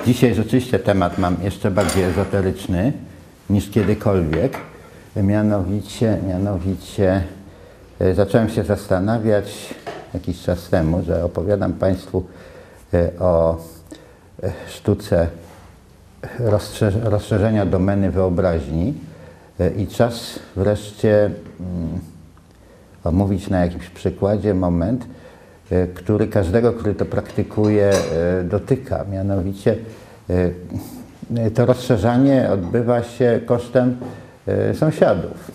Dzisiaj rzeczywiście temat mam jeszcze bardziej ezoteryczny niż kiedykolwiek. Mianowicie zacząłem się zastanawiać jakiś czas temu, że opowiadam Państwu o sztuce rozszerzenia domeny wyobraźni i czas wreszcie omówić na jakimś przykładzie moment, który każdego, który to praktykuje, dotyka. Mianowicie to rozszerzanie odbywa się kosztem sąsiadów.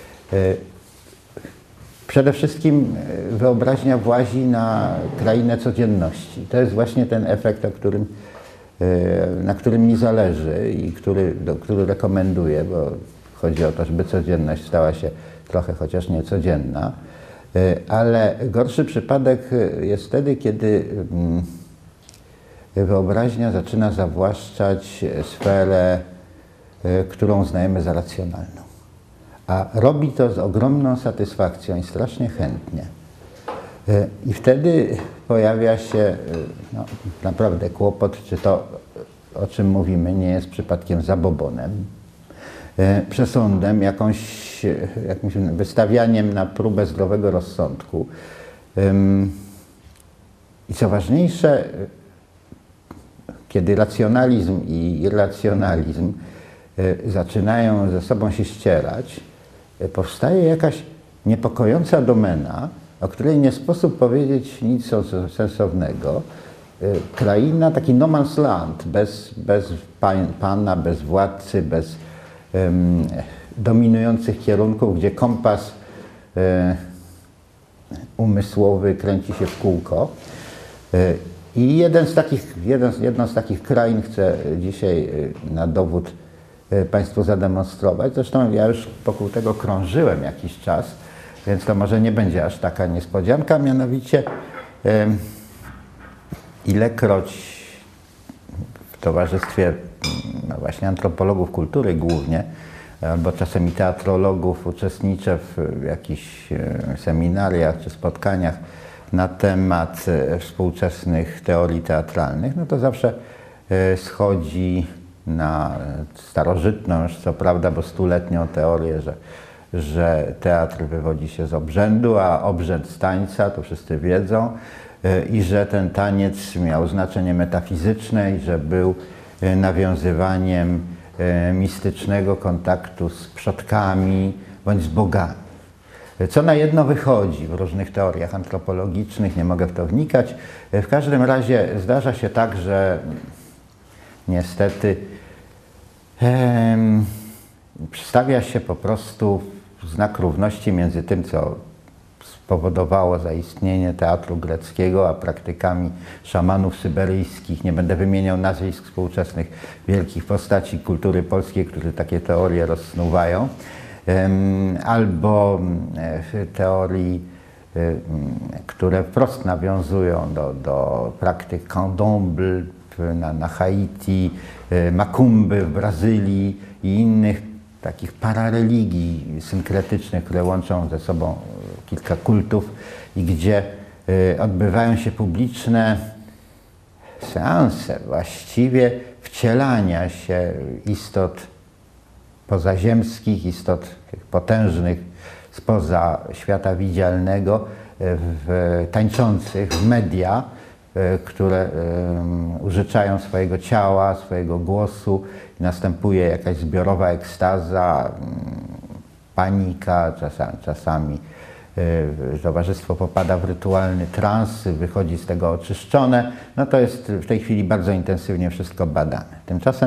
Przede wszystkim wyobraźnia włazi na krainę codzienności. To jest właśnie ten efekt, na którym mi zależy i który rekomenduję, bo chodzi o to, żeby codzienność stała się trochę chociaż niecodzienna. Ale gorszy przypadek jest wtedy, kiedy wyobraźnia zaczyna zawłaszczać sferę, którą uznajemy za racjonalną. A robi to z ogromną satysfakcją i strasznie chętnie. I wtedy pojawia się naprawdę kłopot, czy to, o czym mówimy, nie jest przypadkiem zabobonem, przesądem, jakimś wystawianiem na próbę zdrowego rozsądku. I co ważniejsze, kiedy racjonalizm i irracjonalizm zaczynają ze sobą się ścierać, powstaje jakaś niepokojąca domena, o której nie sposób powiedzieć nic sensownego. Kraina, taki no man's land, bez pana, bez władcy, bez dominujących kierunków, gdzie kompas umysłowy kręci się w kółko. I jedną z takich krain chcę dzisiaj na dowód Państwu zademonstrować. Zresztą ja już wokół tego krążyłem jakiś czas, więc to może nie będzie aż taka niespodzianka. Mianowicie ilekroć w towarzystwie właśnie antropologów kultury głównie, albo czasem i teatrologów uczestniczę w jakichś seminariach czy spotkaniach na temat współczesnych teorii teatralnych, no to zawsze schodzi na starożytną, już co prawda, bo stuletnią teorię, że teatr wywodzi się z obrzędu, a obrzęd z tańca, to wszyscy wiedzą, i że ten taniec miał znaczenie metafizyczne i że był nawiązywaniem mistycznego kontaktu z przodkami bądź z bogami. Co na jedno wychodzi w różnych teoriach antropologicznych, nie mogę w to wnikać. W każdym razie zdarza się tak, że niestety stawia się po prostu znak równości między tym, co spowodowało zaistnienie teatru greckiego, a praktykami szamanów syberyjskich. Nie będę wymieniał nazwisk współczesnych wielkich postaci kultury polskiej, którzy takie teorie rozsnuwają. Albo teorii, które wprost nawiązują do praktyk candomblé na Haiti, makumby w Brazylii i innych takich parareligii synkretycznych, które łączą ze sobą kilka kultów i gdzie odbywają się publiczne seanse właściwie wcielania się istot pozaziemskich, istot potężnych spoza świata widzialnego, tańczących w media, które użyczają swojego ciała, swojego głosu. Następuje jakaś zbiorowa ekstaza, panika, czasami towarzystwo popada w rytualny trans, wychodzi z tego oczyszczone. No to jest w tej chwili bardzo intensywnie wszystko badane. Tymczasem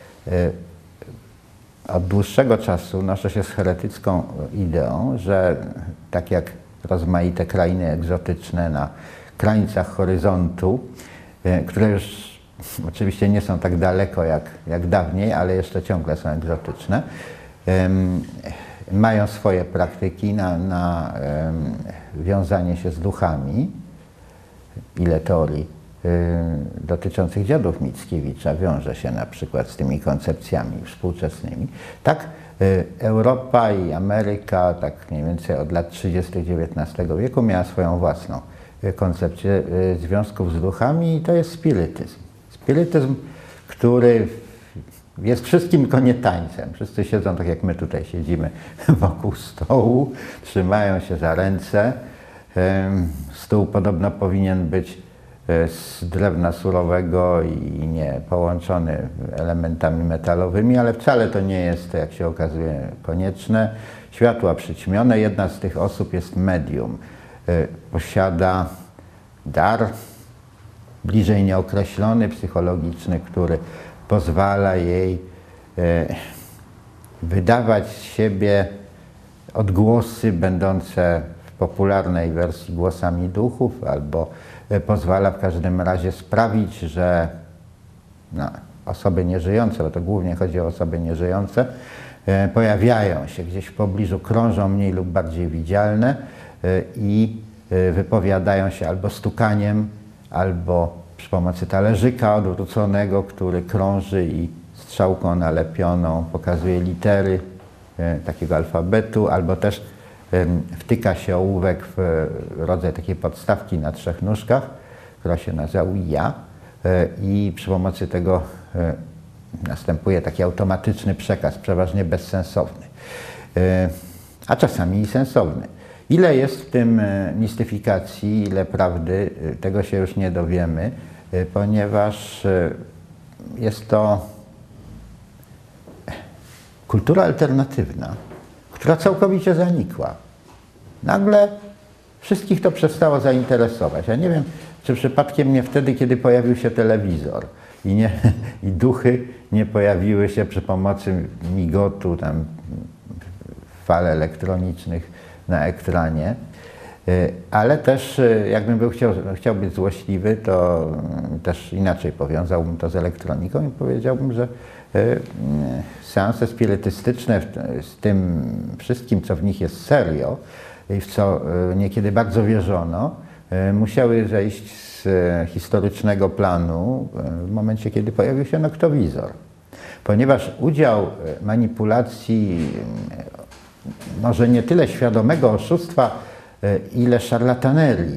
od dłuższego czasu noszę się z heretycką ideą, że tak jak rozmaite krainy egzotyczne na krańcach horyzontu, które już oczywiście nie są tak daleko jak dawniej, ale jeszcze ciągle są egzotyczne, mają swoje praktyki na wiązanie się z duchami. Ile teorii dotyczących dziadów Mickiewicza wiąże się na przykład z tymi koncepcjami współczesnymi. Tak Europa i Ameryka, tak mniej więcej od lat 30. XIX wieku miała swoją własną koncepcję związków z duchami i to jest spirytyzm. Spirytyzm, który jest wszystkim, tylko nie tańcem. Wszyscy siedzą tak jak my tutaj siedzimy wokół stołu, trzymają się za ręce. Stół podobno powinien być z drewna surowego i nie połączony elementami metalowymi, ale wcale to nie jest, jak się okazuje, konieczne. Światła przyćmione. Jedna z tych osób jest medium. Posiada dar bliżej nieokreślony, psychologiczny, który pozwala jej wydawać z siebie odgłosy będące w popularnej wersji głosami duchów, albo pozwala w każdym razie sprawić, że osoby nieżyjące, bo to głównie chodzi o osoby nieżyjące, pojawiają się gdzieś w pobliżu, krążą mniej lub bardziej widzialne i wypowiadają się albo stukaniem, albo przy pomocy talerzyka odwróconego, który krąży i strzałką nalepioną pokazuje litery takiego alfabetu, albo też wtyka się ołówek w rodzaj takiej podstawki na 3 nóżkach, która się nazywa Ouija, i przy pomocy tego następuje taki automatyczny przekaz, przeważnie bezsensowny, a czasami i sensowny. Ile jest w tym mistyfikacji, ile prawdy, tego się już nie dowiemy, ponieważ jest to kultura alternatywna, która całkowicie zanikła. Nagle wszystkich to przestało zainteresować. Ja nie wiem, czy przypadkiem nie wtedy, kiedy pojawił się telewizor i duchy nie pojawiły się przy pomocy migotu, tam fal elektronicznych na ekranie, ale też jakbym chciał być złośliwy, to też inaczej powiązałbym to z elektroniką i powiedziałbym, że seanse spirytystyczne z tym wszystkim, co w nich jest serio i w co niekiedy bardzo wierzono, musiały zejść z historycznego planu w momencie, kiedy pojawił się noktowizor. Ponieważ udział manipulacji, może nie tyle świadomego oszustwa, ile szarlatanerii,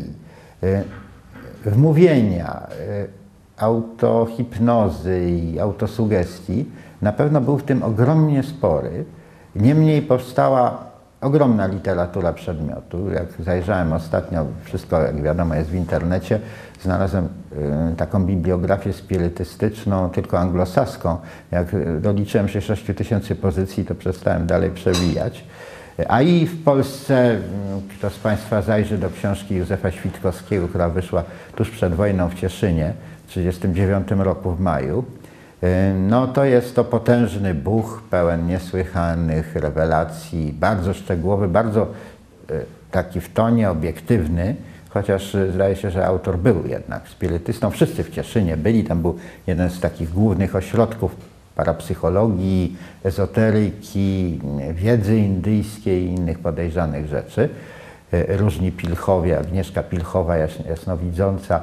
wmówienia, autohipnozy i autosugestii, na pewno był w tym ogromnie spory. Niemniej powstała ogromna literatura przedmiotu. Jak zajrzałem ostatnio, wszystko jak wiadomo jest w internecie, znalazłem taką bibliografię spirytystyczną, tylko anglosaską. Jak doliczyłem się 6000 pozycji, to przestałem dalej przewijać. A i w Polsce, kto z Państwa zajrzy do książki Józefa Świtkowskiego, która wyszła tuż przed wojną w Cieszynie w 1939 roku w maju, no to jest to potężny buch, pełen niesłychanych rewelacji, bardzo szczegółowy, bardzo taki w tonie obiektywny, chociaż zdaje się, że autor był jednak spirytystą. Wszyscy w Cieszynie byli, tam był jeden z takich głównych ośrodków parapsychologii, ezoteryki, wiedzy indyjskiej i innych podejrzanych rzeczy. Różni pilchowie, Agnieszka Pilchowa, jasnowidząca,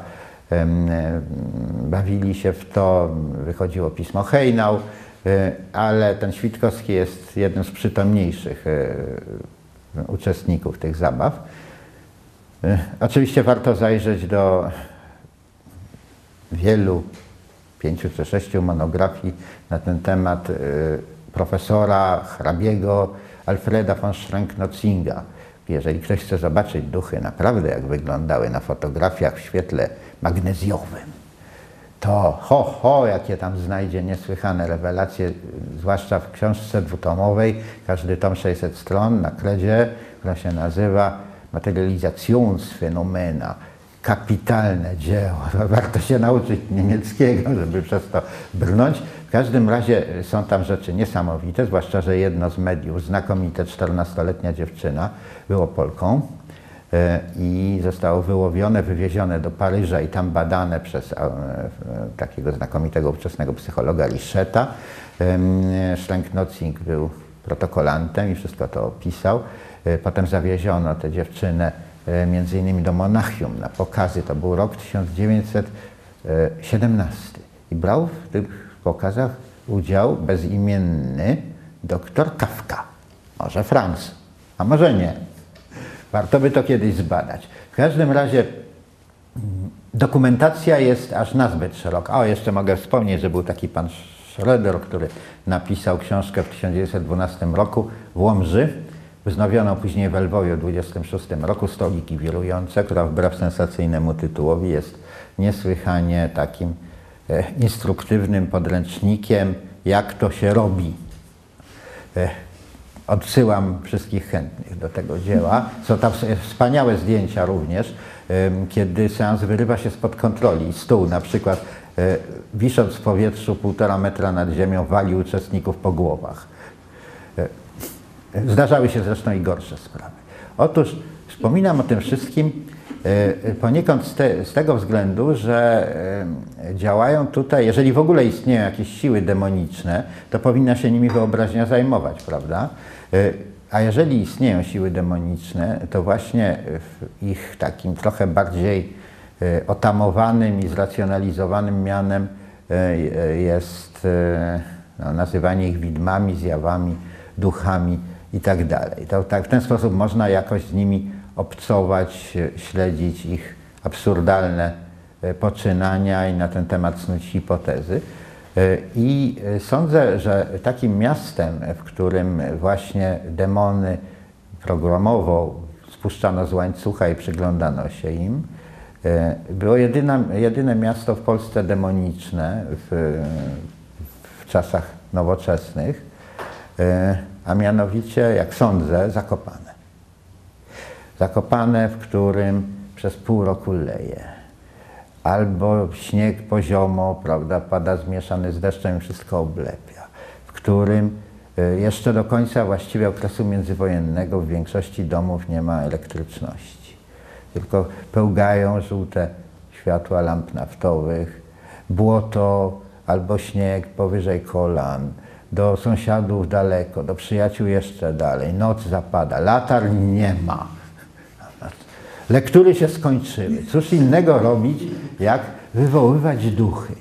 bawili się w to, wychodziło pismo Hejnał, ale ten Świtkowski jest jednym z przytomniejszych uczestników tych zabaw. Oczywiście warto zajrzeć do wielu, 5 czy 6 monografii na ten temat profesora hrabiego Alfreda von Schrenck-Notzinga. Jeżeli ktoś chce zobaczyć duchy naprawdę jak wyglądały na fotografiach w świetle magnezjowym, to jakie tam znajdzie niesłychane rewelacje, zwłaszcza w książce dwutomowej, każdy tom 600 stron na kredzie, która się nazywa Materialisationsphänomena. Kapitalne dzieło, warto się nauczyć niemieckiego, żeby przez to brnąć. W każdym razie są tam rzeczy niesamowite, zwłaszcza, że jedno z mediów, znakomite 14-letnia dziewczyna, było Polką i zostało wyłowione, wywiezione do Paryża i tam badane przez takiego znakomitego ówczesnego psychologa Licheta. Schrenck-Notzing był protokolantem i wszystko to opisał. Potem zawieziono tę dziewczynę między innymi do Monachium na pokazy. To był rok 1917 i brał w tych pokazach udział bezimienny doktor Kafka. Może Franz, a może nie. Warto by to kiedyś zbadać. W każdym razie Dokumentacja jest aż nazbyt szeroka. O, jeszcze mogę wspomnieć, że był taki pan Schroeder, który napisał książkę w 1912 roku w Łomży, wznowioną później w Lwowie w 1926 roku, Stoliki wirujące, która wbrew sensacyjnemu tytułowi jest niesłychanie takim instruktywnym podręcznikiem, jak to się robi. Odsyłam wszystkich chętnych do tego dzieła. Są tam wspaniałe zdjęcia również, kiedy seans wyrywa się spod kontroli. Stół na przykład, wisząc w powietrzu 1,5 metra nad ziemią, wali uczestników po głowach. Zdarzały się zresztą i gorsze sprawy. Otóż wspominam o tym wszystkim poniekąd z tego względu, że działają tutaj, jeżeli w ogóle istnieją jakieś siły demoniczne, to powinna się nimi wyobraźnia zajmować, prawda? A jeżeli istnieją siły demoniczne, to właśnie w ich takim trochę bardziej otamowanym i zracjonalizowanym mianem jest nazywanie ich widmami, zjawami, duchami i tak dalej. To tak w ten sposób można jakoś z nimi obcować, śledzić ich absurdalne poczynania i na ten temat snuć hipotezy. I sądzę, że takim miastem, w którym właśnie demony programowo spuszczano z łańcucha i przyglądano się im, było jedyne miasto w Polsce demoniczne w czasach nowoczesnych, a mianowicie, jak sądzę, Zakopane. Zakopane, w którym przez pół roku leje. Albo śnieg poziomo, prawda, pada zmieszany z deszczem i wszystko oblepia. W którym jeszcze do końca właściwie okresu międzywojennego w większości domów nie ma elektryczności. Tylko pełgają żółte światła lamp naftowych, błoto albo śnieg powyżej kolan, do sąsiadów daleko, do przyjaciół jeszcze dalej. Noc zapada, latarni nie ma. Lektury się skończyły. Cóż innego robić, jak wywoływać duchy.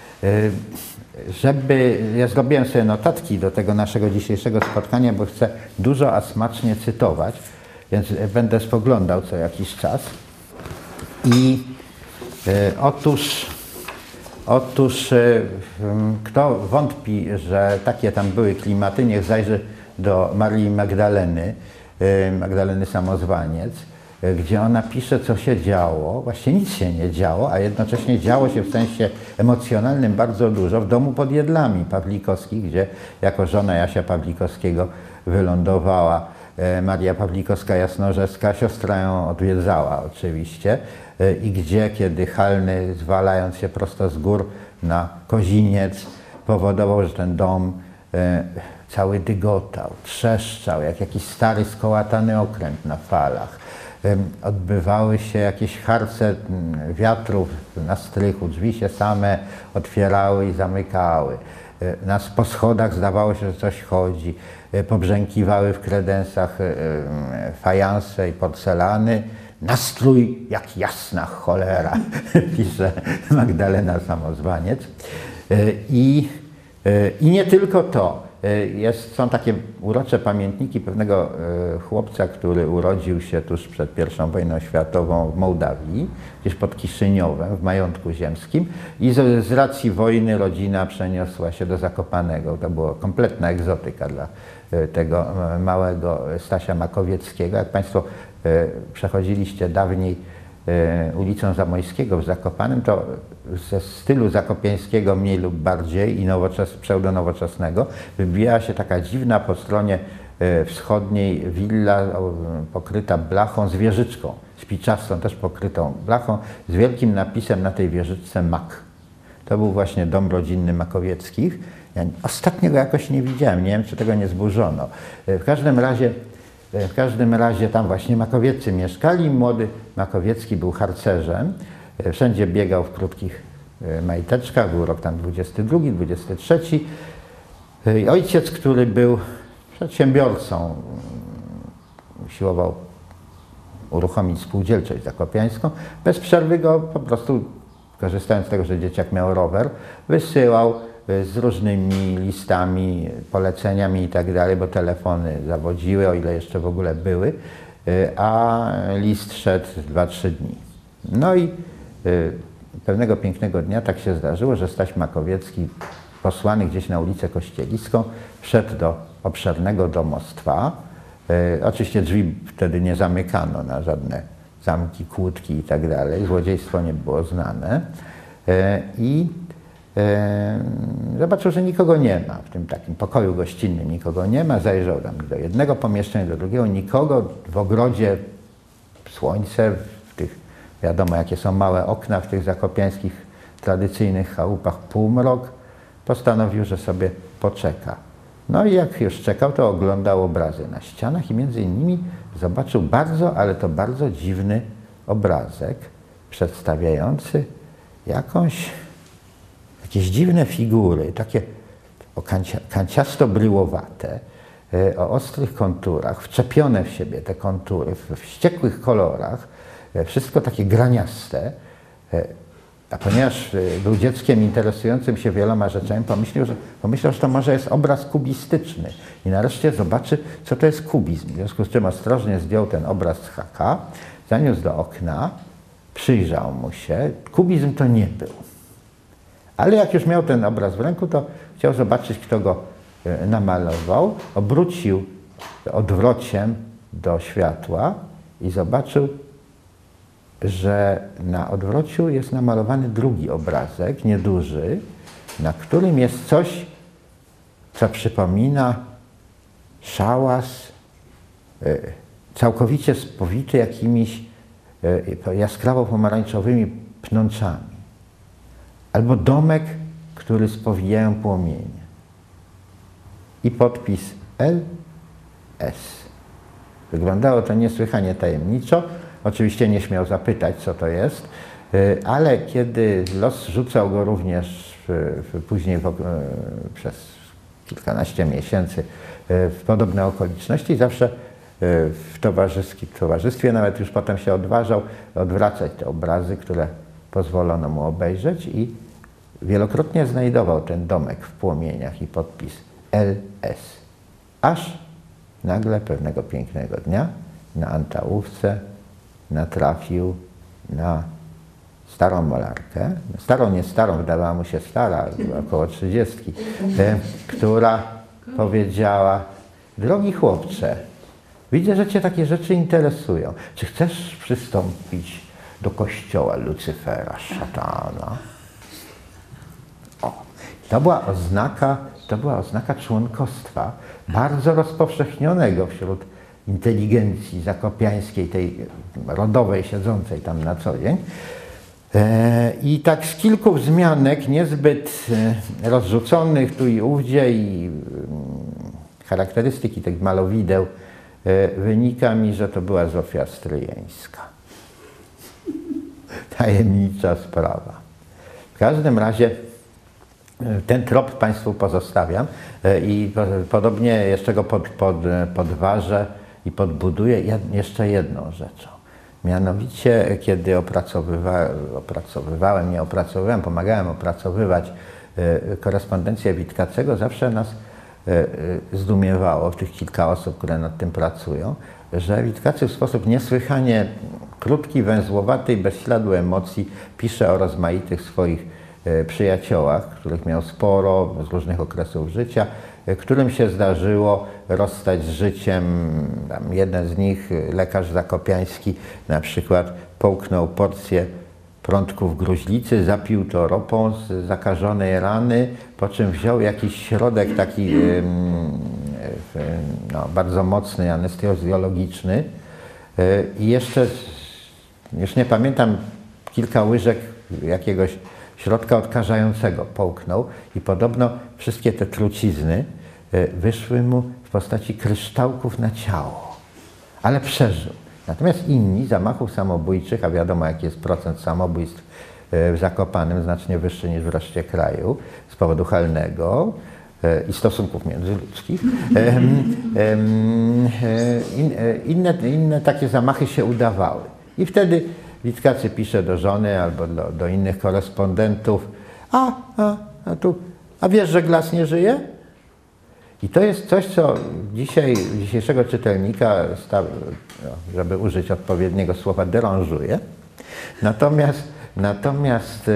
Ja zrobiłem sobie notatki do tego naszego dzisiejszego spotkania, bo chcę dużo a smacznie cytować, więc będę spoglądał co jakiś czas. I otóż kto wątpi, że takie tam były klimaty, niech zajrzy do Marii Magdaleny Samozwaniec, gdzie ona pisze, co się działo. Właściwie nic się nie działo, a jednocześnie działo się w sensie emocjonalnym bardzo dużo w domu pod Jedlami Pawlikowskich, gdzie jako żona Jasia Pawlikowskiego wylądowała Maria Pawlikowska-Jasnorzewska, siostra ją odwiedzała oczywiście, i gdzie, kiedy Halny, zwalając się prosto z gór na Koziniec, powodował, że ten dom cały dygotał, trzeszczał, jak jakiś stary, skołatany okręt na falach. Odbywały się jakieś harce wiatrów na strychu, drzwi się same otwierały i zamykały. Po schodach zdawało się, że coś chodzi. Pobrzękiwały w kredensach fajanse i porcelany. Nastrój jak jasna cholera, pisze Magdalena Samozwaniec. I nie tylko to. Są takie urocze pamiętniki pewnego chłopca, który urodził się tuż przed I wojną światową w Mołdawii, gdzieś pod Kiszyniowem, w majątku ziemskim, i z racji wojny rodzina przeniosła się do Zakopanego. To była kompletna egzotyka dla tego małego Stasia Makowieckiego. Jak Państwo przechodziliście dawniej ulicą Zamojskiego w Zakopanem, to ze stylu zakopiańskiego mniej lub bardziej i pseudonowoczesnego wybijała się taka dziwna po stronie wschodniej willa pokryta blachą z wieżyczką, spiczastą też pokrytą blachą, z wielkim napisem na tej wieżyczce Mak. To był właśnie dom rodzinny Makowieckich. Ja ostatnio go jakoś nie widziałem, nie wiem, czy tego nie zburzono. W każdym razie tam właśnie Makowieccy mieszkali. Młody Makowiecki był harcerzem. Wszędzie biegał w krótkich majteczkach. Był rok tam 22, 23. Ojciec, który był przedsiębiorcą, usiłował uruchomić spółdzielczość zakopiańską. Bez przerwy go po prostu, korzystając z tego, że dzieciak miał rower, wysyłał z różnymi listami, poleceniami i tak dalej, bo telefony zawodziły, o ile jeszcze w ogóle były, a list szedł 2-3 dni. No i pewnego pięknego dnia tak się zdarzyło, że Staś Makowiecki, posłany gdzieś na ulicę Kościeliską, wszedł do obszernego domostwa. Oczywiście drzwi wtedy nie zamykano na żadne zamki, kłódki i tak dalej. Złodziejstwo nie było znane. I zobaczył, że nikogo nie ma w tym takim pokoju gościnnym, nikogo nie ma. Zajrzał tam do jednego pomieszczenia, do drugiego, nikogo. W ogrodzie słońce, w tych, wiadomo jakie są małe okna w tych zakopiańskich tradycyjnych chałupach, półmrok. Postanowił, że sobie poczeka. No i jak już czekał, to oglądał obrazy na ścianach i między innymi zobaczył bardzo, ale to bardzo dziwny obrazek przedstawiający jakieś dziwne figury, takie kanciasto-bryłowate, o ostrych konturach, wczepione w siebie te kontury, w wściekłych kolorach, wszystko takie graniaste. A ponieważ był dzieckiem interesującym się wieloma rzeczami, pomyślał, że to może jest obraz kubistyczny. I nareszcie zobaczy, co to jest kubizm. W związku z czym ostrożnie zdjął ten obraz z haka, zaniósł do okna, przyjrzał mu się. Kubizm to nie był. Ale jak już miał ten obraz w ręku, to chciał zobaczyć, kto go namalował. Obrócił odwrociem do światła i zobaczył, że na odwrociu jest namalowany drugi obrazek, nieduży, na którym jest coś, co przypomina szałas całkowicie spowity jakimiś jaskrawo-pomarańczowymi pnączami. Albo domek, który spowijają płomienie. I podpis LS. Wyglądało to niesłychanie tajemniczo. Oczywiście nie śmiał zapytać, co to jest, ale kiedy los rzucał go również później przez kilkanaście miesięcy w podobne okoliczności, zawsze w towarzystwie nawet już potem się odważał odwracać te obrazy, które pozwolono mu obejrzeć i wielokrotnie znajdował ten domek w płomieniach i podpis LS. Aż nagle pewnego pięknego dnia na Antałówce natrafił na starą malarkę, starą, nie starą, wydawała mu się stara, była około 30, która powiedziała: drogi chłopcze, widzę, że cię takie rzeczy interesują. Czy chcesz przystąpić do kościoła Lucyfera, szatana? O, to była oznaka członkostwa bardzo rozpowszechnionego wśród inteligencji zakopiańskiej, tej rodowej, siedzącej tam na co dzień. I tak z kilku wzmianek, niezbyt rozrzuconych tu i ówdzie, i charakterystyki tych malowideł, wynika mi, że to była Zofia Stryjeńska. Tajemnicza sprawa. W każdym razie ten trop Państwu pozostawiam i podobnie jeszcze go podważę i podbuduję jeszcze jedną rzeczą. Mianowicie, kiedy pomagałem opracowywać korespondencję Witkacego, zawsze nas zdumiewało, w tych kilka osób, które nad tym pracują, że Witkacy w sposób niesłychanie krótki, węzłowaty i bez śladu emocji pisze o rozmaitych swoich przyjaciołach, których miał sporo z różnych okresów życia, którym się zdarzyło rozstać z życiem. Jeden z nich, lekarz zakopiański, na przykład połknął porcję prądków gruźlicy, zapił to ropą z zakażonej rany, po czym wziął jakiś środek taki bardzo mocny, anestezjologiczny i jeszcze, już nie pamiętam, kilka łyżek jakiegoś środka odkażającego połknął i podobno wszystkie te trucizny wyszły mu w postaci kryształków na ciało, ale przeżył. Natomiast inni zamachów samobójczych, a wiadomo jaki jest procent samobójstw w Zakopanem, znacznie wyższy niż w reszcie kraju, z powodu Halnego i stosunków międzyludzkich, inne takie zamachy się udawały. I wtedy Witkacy pisze do żony albo do innych korespondentów: a wiesz, że Glas nie żyje? I to jest coś, co dzisiejszego czytelnika, żeby użyć odpowiedniego słowa, deranżuje. Natomiast Natomiast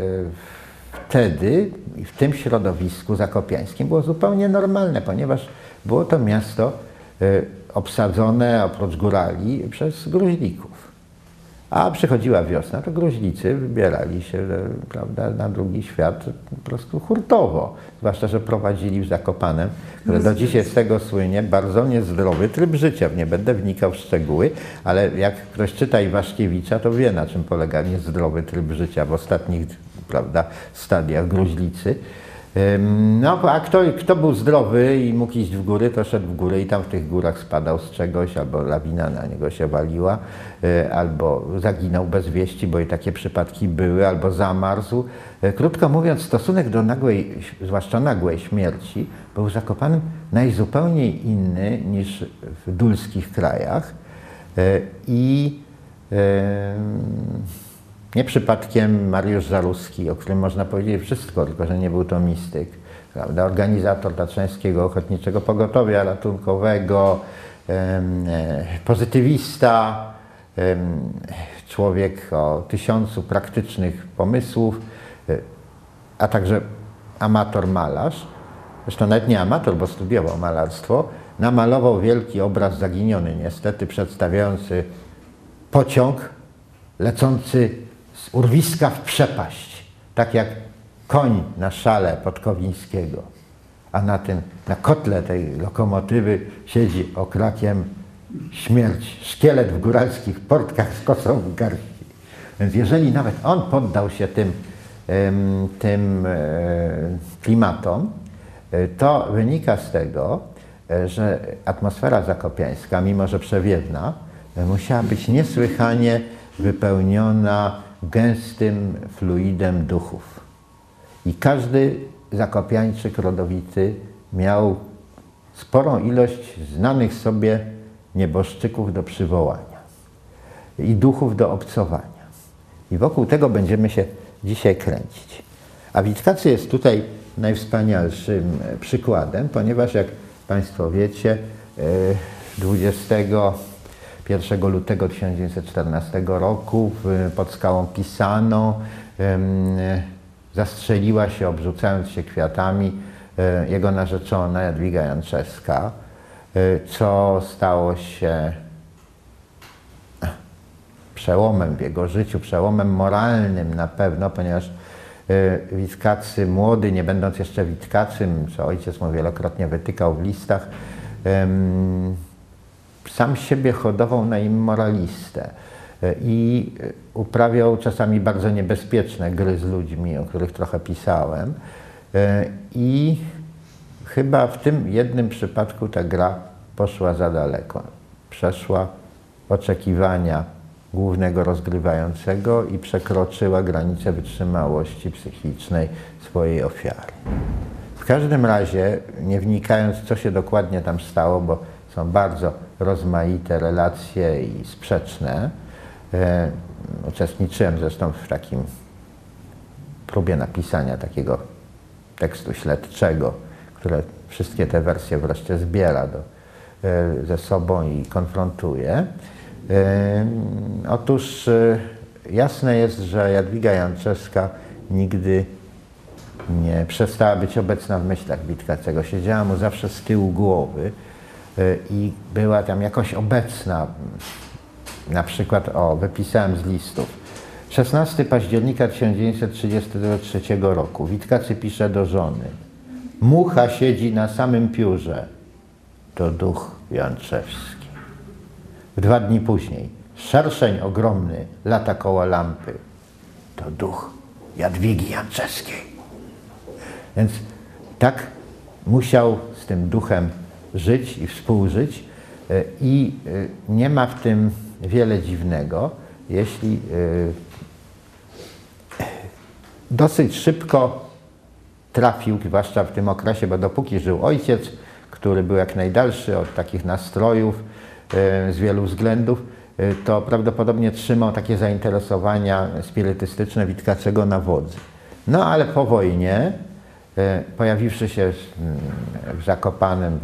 wtedy w tym środowisku zakopiańskim było zupełnie normalne, ponieważ było to miasto obsadzone oprócz górali przez gruźlików. A przychodziła wiosna, to gruźlicy wybierali się, prawda, na drugi świat po prostu hurtowo. Zwłaszcza, że prowadzili w Zakopanem, które do dzisiaj z tego słynie, bardzo niezdrowy tryb życia. Nie będę wnikał w szczegóły, ale jak ktoś czyta Iwaszkiewicza, to wie, na czym polega niezdrowy tryb życia w ostatnich, prawda, stadiach gruźlicy. No, a kto był zdrowy i mógł iść w góry, to szedł w góry i tam w tych górach spadał z czegoś, albo lawina na niego się waliła, albo zaginął bez wieści, bo i takie przypadki były, albo zamarzł. Krótko mówiąc, stosunek do nagłej, zwłaszcza nagłej śmierci był w Zakopanem najzupełniej inny niż w dulskich krajach i nie przypadkiem Mariusz Zaruski, o którym można powiedzieć wszystko, tylko że nie był to mistyk, prawda? Organizator Tatrzańskiego Ochotniczego Pogotowia Ratunkowego, pozytywista, człowiek o 1000 praktycznych pomysłów, a także amator malarz, zresztą nawet nie amator, bo studiował malarstwo, namalował wielki obraz zaginiony niestety, przedstawiający pociąg lecący z urwiska w przepaść, tak jak koń na szale Podkowińskiego, a na kotle tej lokomotywy siedzi okrakiem śmierć, szkielet w góralskich portkach z kosą w garści. Więc jeżeli nawet on poddał się tym klimatom, to wynika z tego, że atmosfera zakopiańska, mimo że przewiewna, musiała być niesłychanie wypełniona gęstym fluidem duchów. I każdy zakopiańczyk rodowity miał sporą ilość znanych sobie nieboszczyków do przywołania i duchów do obcowania. I wokół tego będziemy się dzisiaj kręcić. A Witkacy jest tutaj najwspanialszym przykładem, ponieważ jak Państwo wiecie, 21 lutego 1914 roku pod skałą Pisaną zastrzeliła się, obrzucając się kwiatami, jego narzeczona Jadwiga Janczewska, co stało się przełomem w jego życiu, przełomem moralnym na pewno, ponieważ Witkacy młody, nie będąc jeszcze Witkacym, co ojciec mu wielokrotnie wytykał w listach, sam siebie hodował na immoralistę i uprawiał czasami bardzo niebezpieczne gry z ludźmi, o których trochę pisałem. I chyba w tym jednym przypadku ta gra poszła za daleko. Przeszła oczekiwania głównego rozgrywającego i przekroczyła granicę wytrzymałości psychicznej swojej ofiary. W każdym razie, nie wnikając, co się dokładnie tam stało, bo są bardzo rozmaite relacje i sprzeczne. Uczestniczyłem zresztą w takim próbie napisania takiego tekstu śledczego, które wszystkie te wersje wreszcie zbiera ze sobą i konfrontuje. Otóż jasne jest, że Jadwiga Janczewska nigdy nie przestała być obecna w myślach Witkacego. Siedziała mu zawsze z tyłu głowy i była tam jakoś obecna. Na przykład, wypisałem z listów. 16 października 1933 roku. Witkacy pisze do żony. Mucha siedzi na samym piórze. To duch Janczewski. 2 dni później. Szerszeń ogromny lata koło lampy. To duch Jadwigi Janczewskiej. Więc tak musiał z tym duchem żyć i współżyć i nie ma w tym wiele dziwnego, jeśli dosyć szybko trafił, zwłaszcza w tym okresie, bo dopóki żył ojciec, który był jak najdalszy od takich nastrojów z wielu względów, to prawdopodobnie trzymał takie zainteresowania spirytystyczne Witkacego na wodzy. No ale po wojnie, pojawiwszy się w Zakopanem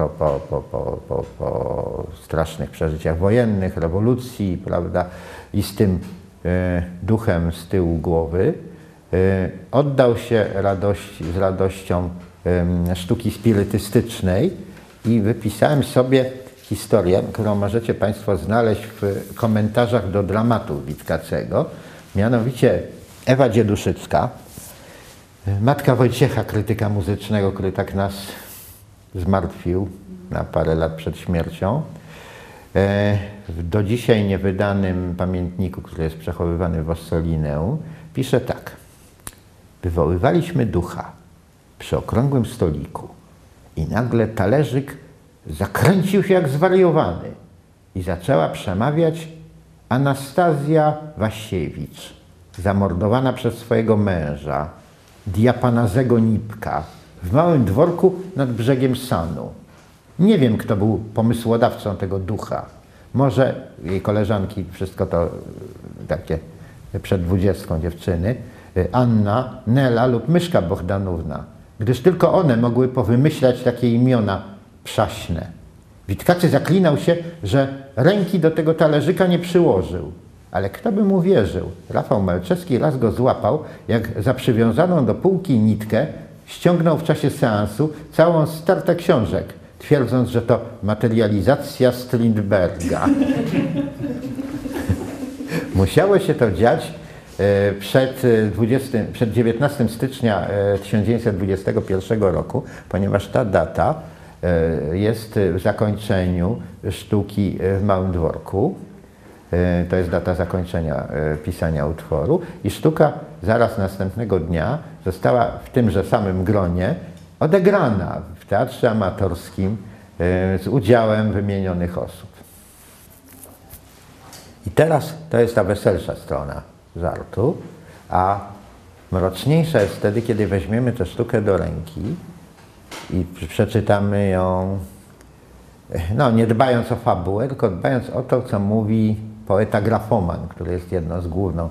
po strasznych przeżyciach wojennych, rewolucji, prawda, i z tym duchem z tyłu głowy, oddał się z radością sztuki spirytystycznej i wypisałem sobie historię, którą możecie Państwo znaleźć w komentarzach do dramatów Witkacego. Mianowicie Ewa Dzieduszycka, matka Wojciecha, krytyka muzycznego, który tak nas zmartwił na parę lat przed śmiercią. W do dzisiaj niewydanym pamiętniku, który jest przechowywany w Ossolineum, pisze tak. Wywoływaliśmy ducha przy okrągłym stoliku i nagle talerzyk zakręcił się jak zwariowany i zaczęła przemawiać Anastazja Wasiewicz, zamordowana przez swojego męża, Diapanazego Nipka, w małym dworku nad brzegiem Sanu. Nie wiem, kto był pomysłodawcą tego ducha. Może jej koleżanki, wszystko to takie przed 20 dziewczyny, Anna, Nela lub Myszka Bohdanówna, gdyż tylko one mogły powymyślać takie imiona przaśne. Witkacy zaklinał się, że ręki do tego talerzyka nie przyłożył. Ale kto by mu wierzył? Rafał Malczewski raz go złapał, jak za przywiązaną do półki nitkę ściągnął w czasie seansu całą stertę książek, twierdząc, że to materializacja Strindberga. Musiało się to dziać przed 19 stycznia 1921 roku, ponieważ ta data jest w zakończeniu sztuki w Małym Dworku. To jest data zakończenia pisania utworu i sztuka zaraz następnego dnia została w tymże samym gronie odegrana w teatrze amatorskim z udziałem wymienionych osób. I teraz to jest ta weselsza strona żartu, a mroczniejsza jest wtedy, kiedy weźmiemy tę sztukę do ręki i przeczytamy ją, no nie dbając o fabułę, tylko dbając o to, co mówi poeta grafoman, który jest jedną z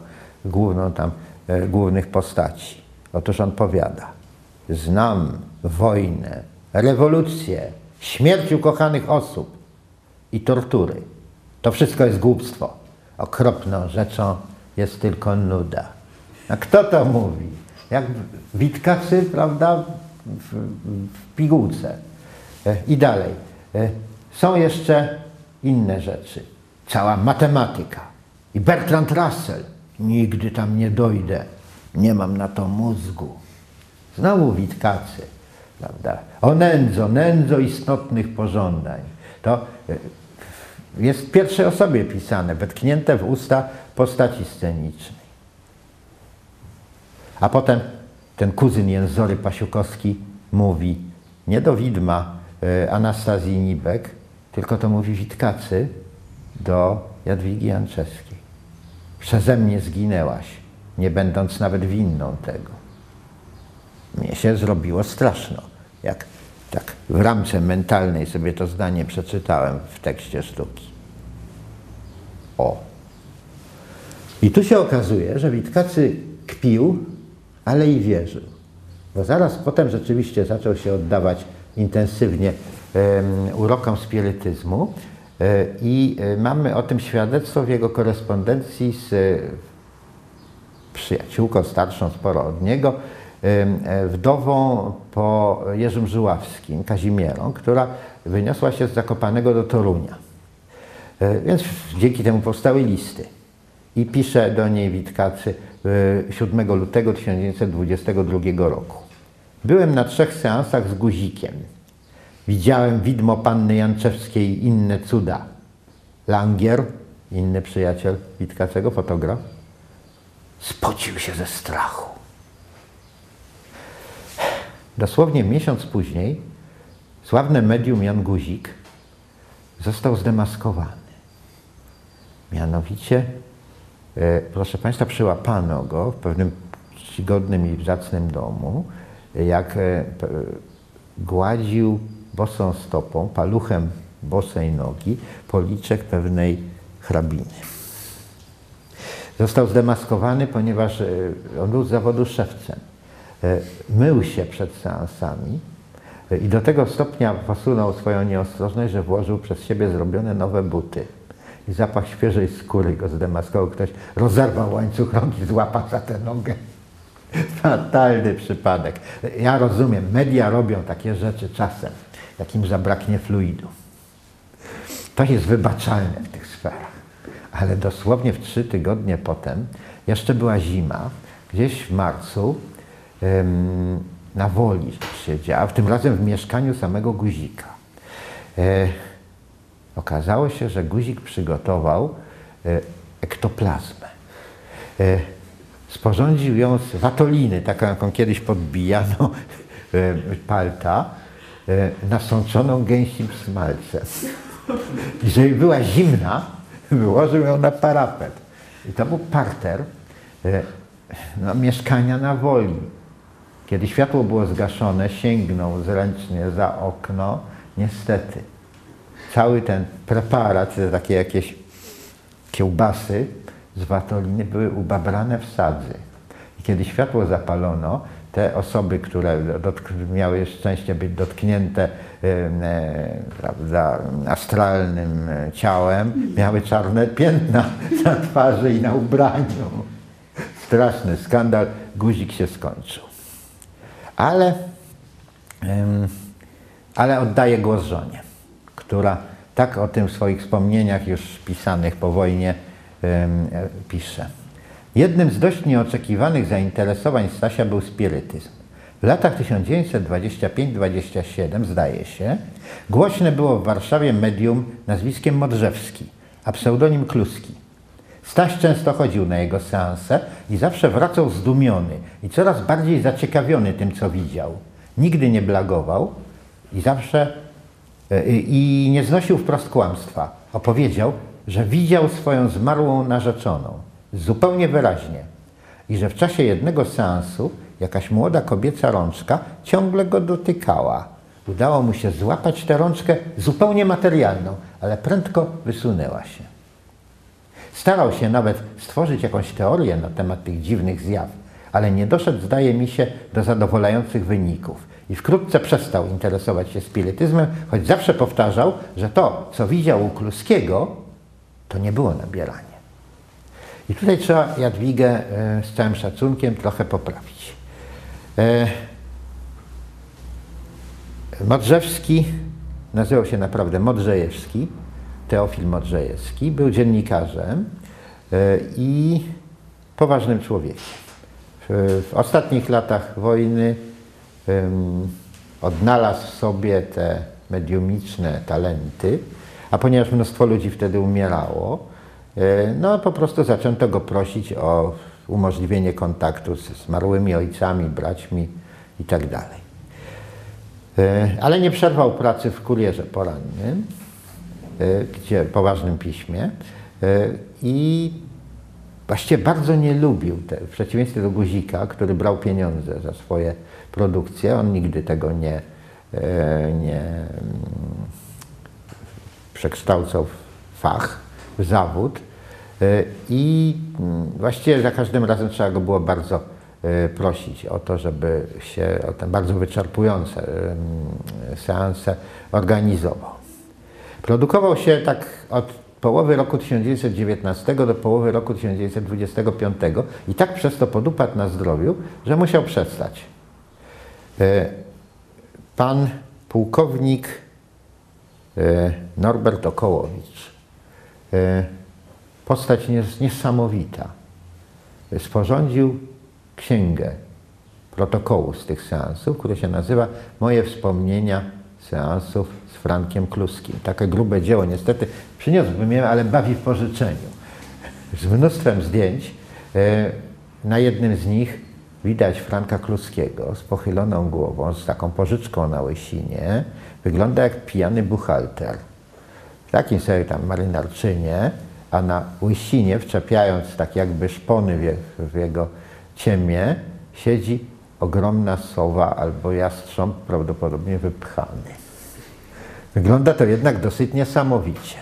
głównych postaci. Otóż on powiada: znam wojnę, rewolucję, śmierć ukochanych osób i tortury. To wszystko jest głupstwo. Okropną rzeczą jest tylko nuda. A kto to mówi? Jak Witkacy, prawda, w pigułce. I dalej. Są jeszcze inne rzeczy. Cała matematyka. I Bertrand Russell. Nigdy tam nie dojdę. Nie mam na to mózgu. Znowu Witkacy. Prawda? O nędzo istotnych pożądań. To jest w pierwszej osobie pisane, wetknięte w usta postaci scenicznej. A potem ten kuzyn Jęzory Pasiukowski mówi nie do widma Anastazji Nibek, tylko to mówi Witkacy do Jadwigi Janczewskiej. Przeze mnie zginęłaś, nie będąc nawet winną tego. Mnie się zrobiło straszno, jak tak w ramce mentalnej sobie to zdanie przeczytałem w tekście sztuki. O! I tu się okazuje, że Witkacy kpił, ale i wierzył. Bo zaraz potem rzeczywiście zaczął się oddawać intensywnie urokom spirytyzmu i mamy o tym świadectwo w jego korespondencji z przyjaciółką starszą sporo od niego, wdową po Jerzym Żuławskim, Kazimierą, która wyniosła się z Zakopanego do Torunia. Więc dzięki temu powstały listy. I pisze do niej Witkacy 7 lutego 1922 roku. Byłem na 3 seansach z Guzikiem. Widziałem widmo panny Janczewskiej i inne cuda. Langier, inny przyjaciel Witkacego, fotograf, spocił się ze strachu. Dosłownie miesiąc później sławne medium Jan Guzik został zdemaskowany. Mianowicie, proszę Państwa, przyłapano go w pewnym czcigodnym i zacnym domu, jak gładził bosą stopą, paluchem bosej nogi, policzek pewnej hrabiny. Został zdemaskowany, ponieważ on był z zawodu szewcem. Mył się przed seansami i do tego stopnia posunął swoją nieostrożność, że włożył przez siebie zrobione nowe buty. i zapach świeżej skóry go zdemaskował. Ktoś rozerwał łańcuch rąk i złapał za tę nogę. Fatalny przypadek. Ja rozumiem, media robią takie rzeczy czasem, jak im zabraknie fluidu. To jest wybaczalne w tych sferach. Ale dosłownie w 3 tygodnie potem, jeszcze była zima, gdzieś w marcu na Woli siedział, tym razem w mieszkaniu samego Guzika. Okazało się, że Guzik przygotował ektoplazmę. Sporządził ją z watoliny, taką jaką kiedyś podbijano palta, nasączoną gęsim smalcem. I żeby była zimna, wyłożył ją na parapet. I to był parter mieszkania na Woli. Kiedy światło było zgaszone, sięgnął zręcznie za okno. Niestety, cały ten preparat, takie jakieś kiełbasy z watoliny były ubabrane w sadzy. I kiedy światło zapalono, te osoby, które miały szczęście być dotknięte prawda, astralnym ciałem, miały czarne piętna na twarzy i na ubraniu. Straszny skandal. Guzik się skończył. Ale oddaję głos żonie, która tak o tym w swoich wspomnieniach już pisanych po wojnie pisze. Jednym z dość nieoczekiwanych zainteresowań Stasia był spirytyzm. W latach 1925-27, zdaje się, głośne było w Warszawie medium nazwiskiem Modrzewski, a pseudonim Kluski. Staś często chodził na jego seanse i zawsze wracał zdumiony i coraz bardziej zaciekawiony tym, co widział. Nigdy nie blagował i nie znosił wprost kłamstwa. Opowiedział, że widział swoją zmarłą narzeczoną zupełnie wyraźnie i że w czasie jednego seansu jakaś młoda kobieca rączka ciągle go dotykała. Udało mu się złapać tę rączkę zupełnie materialną, ale prędko wysunęła się. Starał się nawet stworzyć jakąś teorię na temat tych dziwnych zjaw, ale nie doszedł, zdaje mi się, do zadowalających wyników i wkrótce przestał interesować się spirytyzmem, choć zawsze powtarzał, że to, co widział u Kluskiego, to nie było nabieranie. I tutaj trzeba Jadwigę z całym szacunkiem trochę poprawić. Modrzewski, nazywał się naprawdę Modrzejewski, Teofil Modrzejewski, był dziennikarzem poważnym człowiekiem. W ostatnich latach wojny odnalazł w sobie te mediumiczne talenty, a ponieważ mnóstwo ludzi wtedy umierało, no po prostu zaczęto go prosić o umożliwienie kontaktu z zmarłymi ojcami, braćmi i tak dalej. Ale nie przerwał pracy w Kurierze Porannym, poważnym piśmie i właściwie bardzo nie lubił, w przeciwieństwie do Guzika, który brał pieniądze za swoje produkcje, on nigdy tego nie przekształcał w fach, w zawód i właściwie za każdym razem trzeba go było bardzo prosić o to, żeby się o te bardzo wyczerpujące seanse organizował. Produkował się tak od połowy roku 1919 do połowy roku 1925 i tak przez to podupadł na zdrowiu, że musiał przestać. Pan pułkownik Norbert Okołowicz, postać niesamowita, sporządził księgę protokołu z tych seansów, które się nazywa Moje wspomnienia seansów z Frankiem Kluskim. Takie grube dzieło, niestety przyniosłbym je, ale bawi w pożyczeniu. Z mnóstwem zdjęć. Na jednym z nich widać Franka Kluskiego z pochyloną głową, z taką pożyczką na łysinie. Wygląda jak pijany buchalter. W takim sobie tam marynarczynie, a na łysinie, wczepiając tak jakby szpony w jego ciemię, siedzi ogromna sowa albo jastrząb, prawdopodobnie wypchany. Wygląda to jednak dosyć niesamowicie.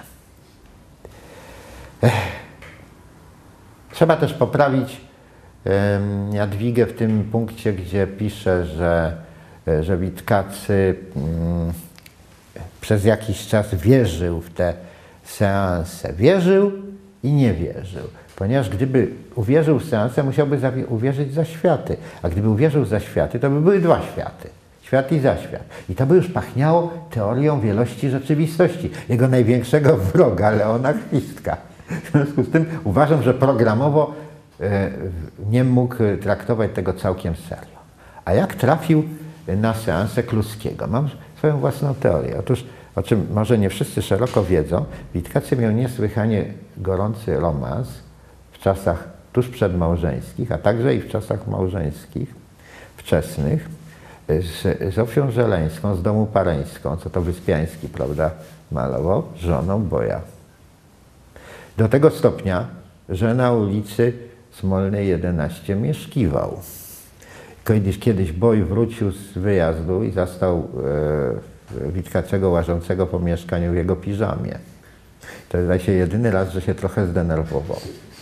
Trzeba też poprawić Jadwigę w tym punkcie, gdzie pisze, że Witkacy przez jakiś czas wierzył w te seanse. Wierzył i nie wierzył. Ponieważ gdyby uwierzył w seanse, musiałby uwierzyć w zaświaty. A gdyby uwierzył w zaświaty, to by były dwa światy. Świat i zaświat. I to by już pachniało teorią wielości rzeczywistości. Jego największego wroga, Leona Chwistka. W związku z tym uważam, że programowo nie mógł traktować tego całkiem serio. A jak trafił na seansę Kluskiego? Mam swoją własną teorię. Otóż, o czym może nie wszyscy szeroko wiedzą, Witkacy miał niesłychanie gorący romans w czasach tuż przedmałżeńskich, a także i w czasach małżeńskich, wczesnych, z Zofią Żeleńską, z domu Pareńską, co to Wyspiański, prawda, malował, żoną Boja. Do tego stopnia, że na ulicy Smolnej 11 mieszkiwał. Kiedyś Boj wrócił z wyjazdu i zastał Witkacego łażącego po mieszkaniu w jego piżamie. To zdaje się jedyny raz, że się trochę zdenerwował.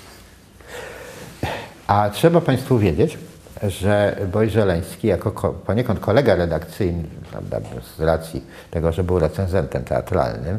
A trzeba Państwu wiedzieć, że Boj Żeleński, jako poniekąd kolega redakcyjny, prawda, z racji tego, że był recenzentem teatralnym,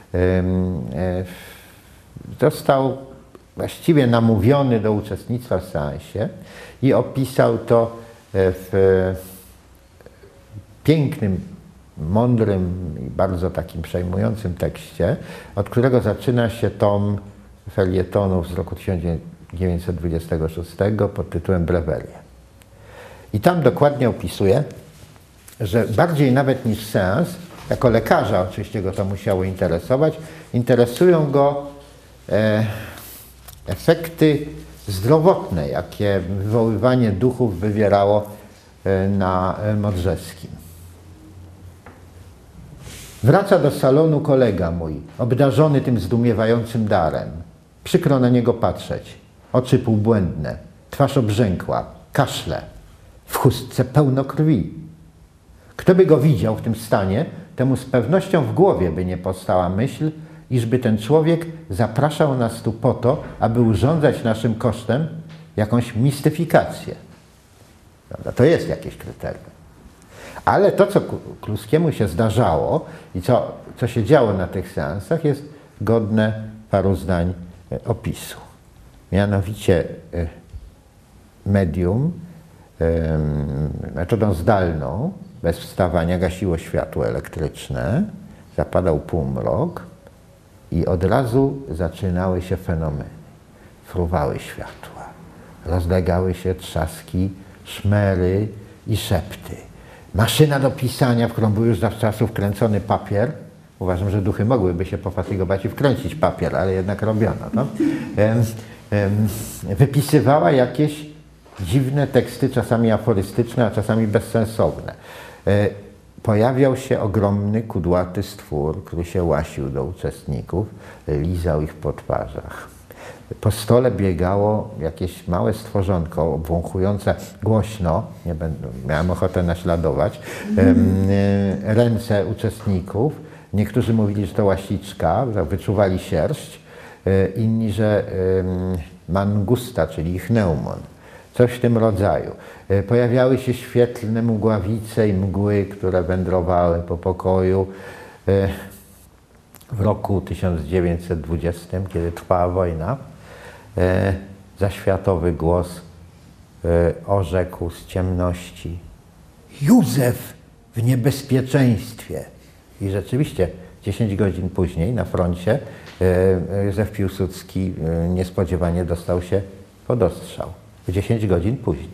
został właściwie namówiony do uczestnictwa w seansie i opisał to w pięknym, mądrym i bardzo takim przejmującym tekście, od którego zaczyna się tom felietonów z roku 1926 pod tytułem Brewerie. I tam dokładnie opisuje, że bardziej nawet niż seans, jako lekarza oczywiście go to musiało interesować, interesują go efekty zdrowotne, jakie wywoływanie duchów wywierało na Modrzewskim. Wraca do salonu kolega mój, obdarzony tym zdumiewającym darem. Przykro na niego patrzeć. Oczy półbłędne, twarz obrzękła, kaszle, w chustce pełno krwi. Kto by go widział w tym stanie, temu z pewnością w głowie by nie powstała myśl, iżby ten człowiek zapraszał nas tu po to, aby urządzać naszym kosztem jakąś mistyfikację. Prawda? To jest jakieś kryterium. Ale to, co Kluskiemu się zdarzało i co się działo na tych seansach, jest godne paru zdań opisu. Mianowicie medium metodą zdalną, bez wstawania, gasiło światło elektryczne, zapadał półmrok i od razu zaczynały się fenomeny. Fruwały światła, rozlegały się trzaski, szmery i szepty. Maszyna do pisania, w którą był już zawczasu wkręcony papier. Uważam, że duchy mogłyby się pofatygować i wkręcić papier, ale jednak robiono. No? Wypisywała jakieś dziwne teksty, czasami aforystyczne, a czasami bezsensowne. Pojawiał się ogromny, kudłaty stwór, który się łasił do uczestników, lizał ich po twarzach. Po stole biegało jakieś małe stworzonko obwąchujące głośno, miałem ochotę naśladować, ręce uczestników. Niektórzy mówili, że to łasiczka, że wyczuwali sierść, inni, że mangusta, czyli ichneumon. Coś w tym rodzaju. Pojawiały się świetlne mgławice i mgły, które wędrowały po pokoju. W roku 1920, kiedy trwała wojna, zaświatowy głos orzekł z ciemności: Józef w niebezpieczeństwie. I rzeczywiście 10 godzin później na froncie Józef Piłsudski niespodziewanie dostał się pod ostrzał. 10 godzin później.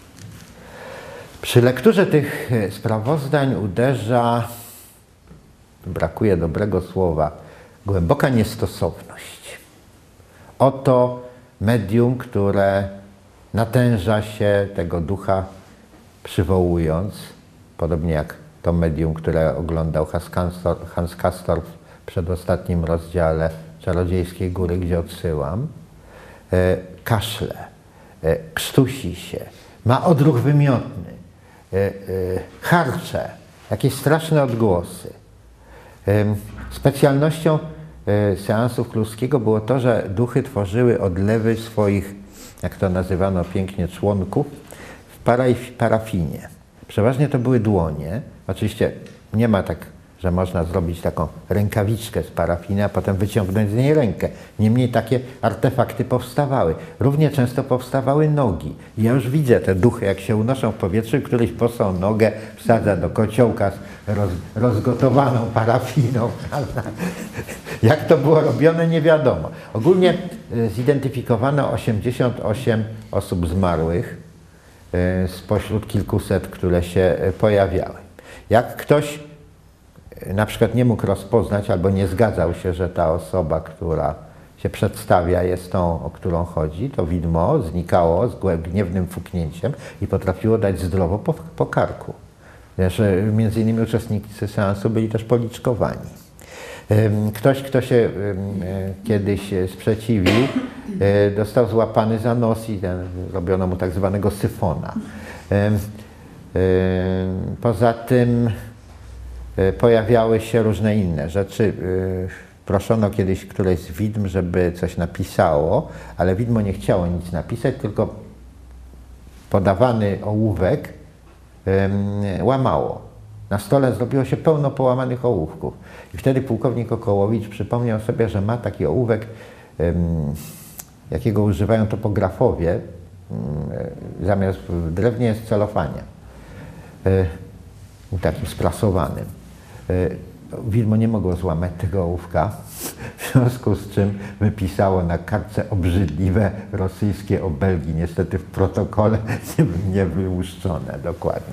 Przy lekturze tych sprawozdań uderza, brakuje dobrego słowa, głęboka niestosowność. Oto medium, które natęża się tego ducha przywołując, podobnie jak to medium, które oglądał Hans Castorp w przedostatnim rozdziale Czarodziejskiej Góry, gdzie odsyłam, kaszle, krztusi się, ma odruch wymiotny, harcze, jakieś straszne odgłosy. Specjalnością seansów Kluskiego było to, że duchy tworzyły odlewy swoich, jak to nazywano pięknie, członków w parafinie. Przeważnie to były dłonie. Oczywiście nie ma tak że można zrobić taką rękawiczkę z parafiny, a potem wyciągnąć z niej rękę. Niemniej takie artefakty powstawały. Równie często powstawały nogi. I ja już widzę te duchy, jak się unoszą w powietrzu, któryś bosą nogę wsadza do kociołka z rozgotowaną parafiną. Jak to było robione, nie wiadomo. Ogólnie zidentyfikowano 88 osób zmarłych spośród kilkuset, które się pojawiały. Jak ktoś na przykład nie mógł rozpoznać albo nie zgadzał się, że ta osoba, która się przedstawia, jest tą, o którą chodzi, to widmo znikało z gniewnym fuknięciem i potrafiło dać zdrowo po karku. Że między innymi uczestnicy seansu byli też policzkowani. Ktoś, kto się kiedyś sprzeciwił, dostał złapany za nos i robiono mu tak zwanego syfona. Poza tym pojawiały się różne inne rzeczy. Proszono kiedyś któreś z widm, żeby coś napisało, ale widmo nie chciało nic napisać, tylko podawany ołówek łamało. Na stole zrobiło się pełno połamanych ołówków. I wtedy pułkownik Okołowicz przypomniał sobie, że ma taki ołówek, jakiego używają topografowie, zamiast w drewnie jest celofanie, takim sprasowanym. Widmo nie mogło złamać tego ołówka, w związku z czym wypisało na kartce obrzydliwe rosyjskie obelgi, niestety w protokole nie wyłuszczone dokładnie.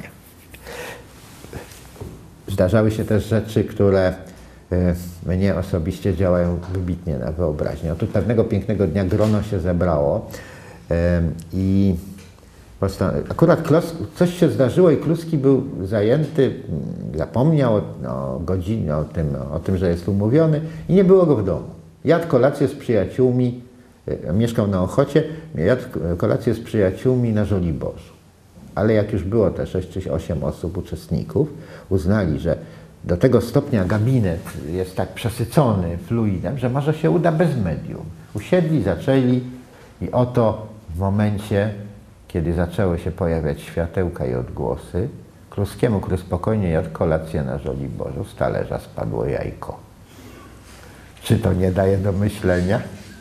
Zdarzały się też rzeczy, które mnie osobiście działają wybitnie na wyobraźnię. Otóż pewnego pięknego dnia grono się zebrało i akurat coś się zdarzyło i Kluski był zajęty, zapomniał o godzinie, o tym, że jest umówiony i nie było go w domu. Jadł kolację z przyjaciółmi, mieszkał na Ochocie, jadł kolację z przyjaciółmi na Żoliborzu. Ale jak już było te 6 czy 8 osób, uczestników, uznali, że do tego stopnia gabinet jest tak przesycony fluidem, że może się uda bez medium. Usiedli, zaczęli i oto w momencie, kiedy zaczęły się pojawiać światełka i odgłosy, Kluskiemu, który spokojnie jadł kolację na Żoliborzu, z talerza spadło jajko. Czy to nie daje do myślenia?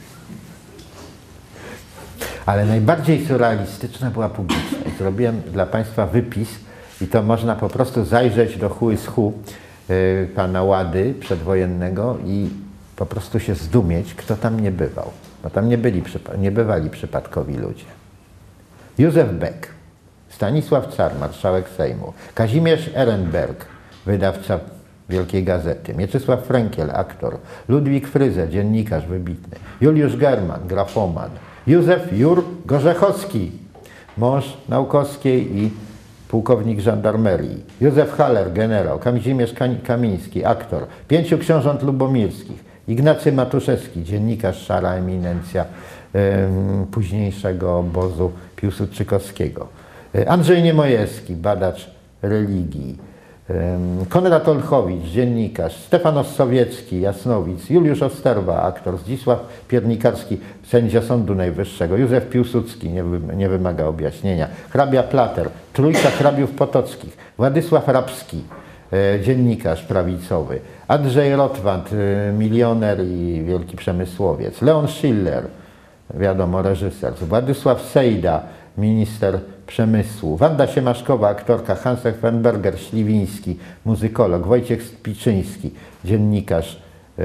Ale najbardziej surrealistyczna była publiczność. Zrobiłem dla Państwa wypis i to można po prostu zajrzeć do Huyshu pana Łady przedwojennego i po prostu się zdumieć, kto tam nie bywał. Bo tam nie bywali przypadkowi ludzie. Józef Beck, Stanisław Car, marszałek Sejmu, Kazimierz Ehrenberg, wydawca Wielkiej Gazety, Mieczysław Frękiel, aktor, Ludwik Fryze, dziennikarz wybitny, Juliusz German, grafoman, Józef Jur Gorzechowski, mąż Naukowskiej i pułkownik żandarmerii, Józef Haller, generał, Kazimierz Kamiński, aktor, 5 książąt lubomirskich, Ignacy Matuszewski, dziennikarz, szara eminencja późniejszego obozu piłsudczykowskiego, Andrzej Niemojewski, badacz religii, Konrad Olchowicz, dziennikarz, Stefan Ossowiecki, jasnowic, Juliusz Osterwa, aktor, Zdzisław Piernikarski, sędzia Sądu Najwyższego, Józef Piłsudski, nie wymaga objaśnienia, hrabia Plater, trójka hrabiów potockich, Władysław Rabski, dziennikarz prawicowy, Andrzej Rotwand, milioner i wielki przemysłowiec, Leon Schiller, wiadomo, reżyser, Władysław Sejda, minister przemysłu, Wanda Siemaszkowa, aktorka, Hans Effenberger, Śliwiński, muzykolog, Wojciech Spiczyński, dziennikarz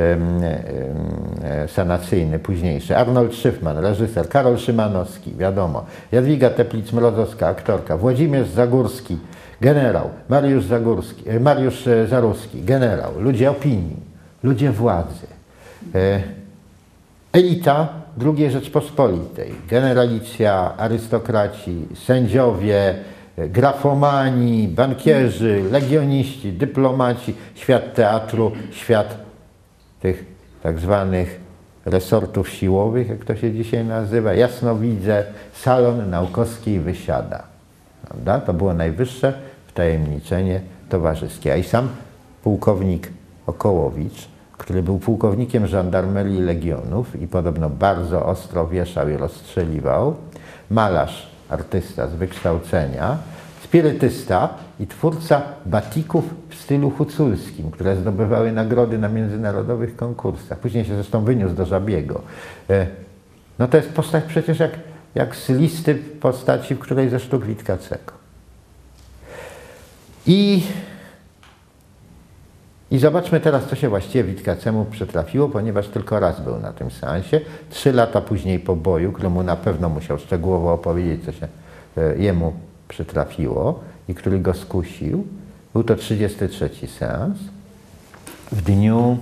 sanacyjny, późniejszy, Arnold Szyfman, reżyser, Karol Szymanowski, wiadomo, Jadwiga Teplic-Mrozowska, aktorka, Włodzimierz Zagórski, generał, Mariusz Zaruski, generał, ludzie opinii, ludzie władzy, elita II Rzeczpospolitej, generalicja, arystokraci, sędziowie, grafomani, bankierzy, legioniści, dyplomaci, świat teatru, świat tych tak zwanych resortów siłowych, jak to się dzisiaj nazywa, jasnowidze, salon Naukowskiej wysiada. Prawda? To było najwyższe wtajemniczenie towarzyskie. A i sam pułkownik Okołowicz, który był pułkownikiem żandarmerii legionów i podobno bardzo ostro wieszał i rozstrzeliwał, malarz, artysta z wykształcenia, spirytysta i twórca batików w stylu huculskim, które zdobywały nagrody na międzynarodowych konkursach. Później się zresztą wyniósł do Żabiego. No to jest postać przecież jak z listy postaci, w której ze sztuk Witkacego. I zobaczmy teraz, co się właściwie Witkacemu przytrafiło, ponieważ tylko raz był na tym seansie. 3 lata później po boju, któremu na pewno musiał szczegółowo opowiedzieć, co się jemu przytrafiło i który go skusił. Był to 33. seans. W dniu...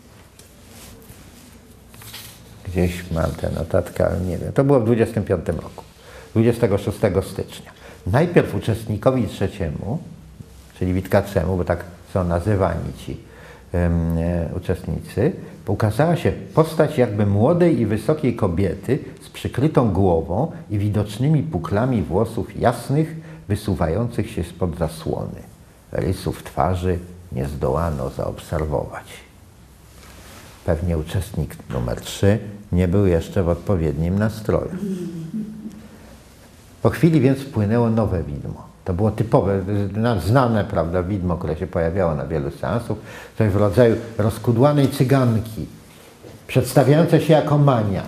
Gdzieś mam tę notatkę, ale nie wiem. To było w 25 roku. 26 stycznia. Najpierw uczestnikowi trzeciemu, czyli Witkacemu, bo tak są nazywani ci uczestnicy, ukazała się postać jakby młodej i wysokiej kobiety z przykrytą głową i widocznymi puklami włosów jasnych, wysuwających się spod zasłony. Rysów twarzy nie zdołano zaobserwować. Pewnie uczestnik numer 3 nie był jeszcze w odpowiednim nastroju. Po chwili więc wpłynęło nowe widmo. To było typowe, znane, prawda, widmo, które się pojawiało na wielu seansów, coś w rodzaju rozkudłanej cyganki, przedstawiające się jako Mania.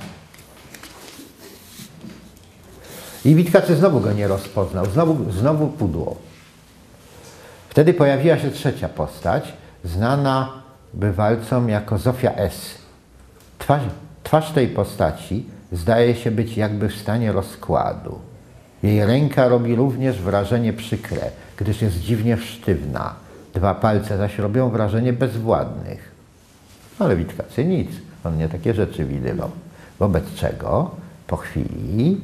I Witkacy znowu go nie rozpoznał, znowu pudło. Wtedy pojawiła się trzecia postać, znana bywalcom jako Zofia S. Twarz tej postaci zdaje się być jakby w stanie rozkładu. Jej ręka robi również wrażenie przykre, gdyż jest dziwnie sztywna. 2 palce zaś robią wrażenie bezwładnych. Ale Witkacy nic, on nie takie rzeczy widywał. Wobec czego po chwili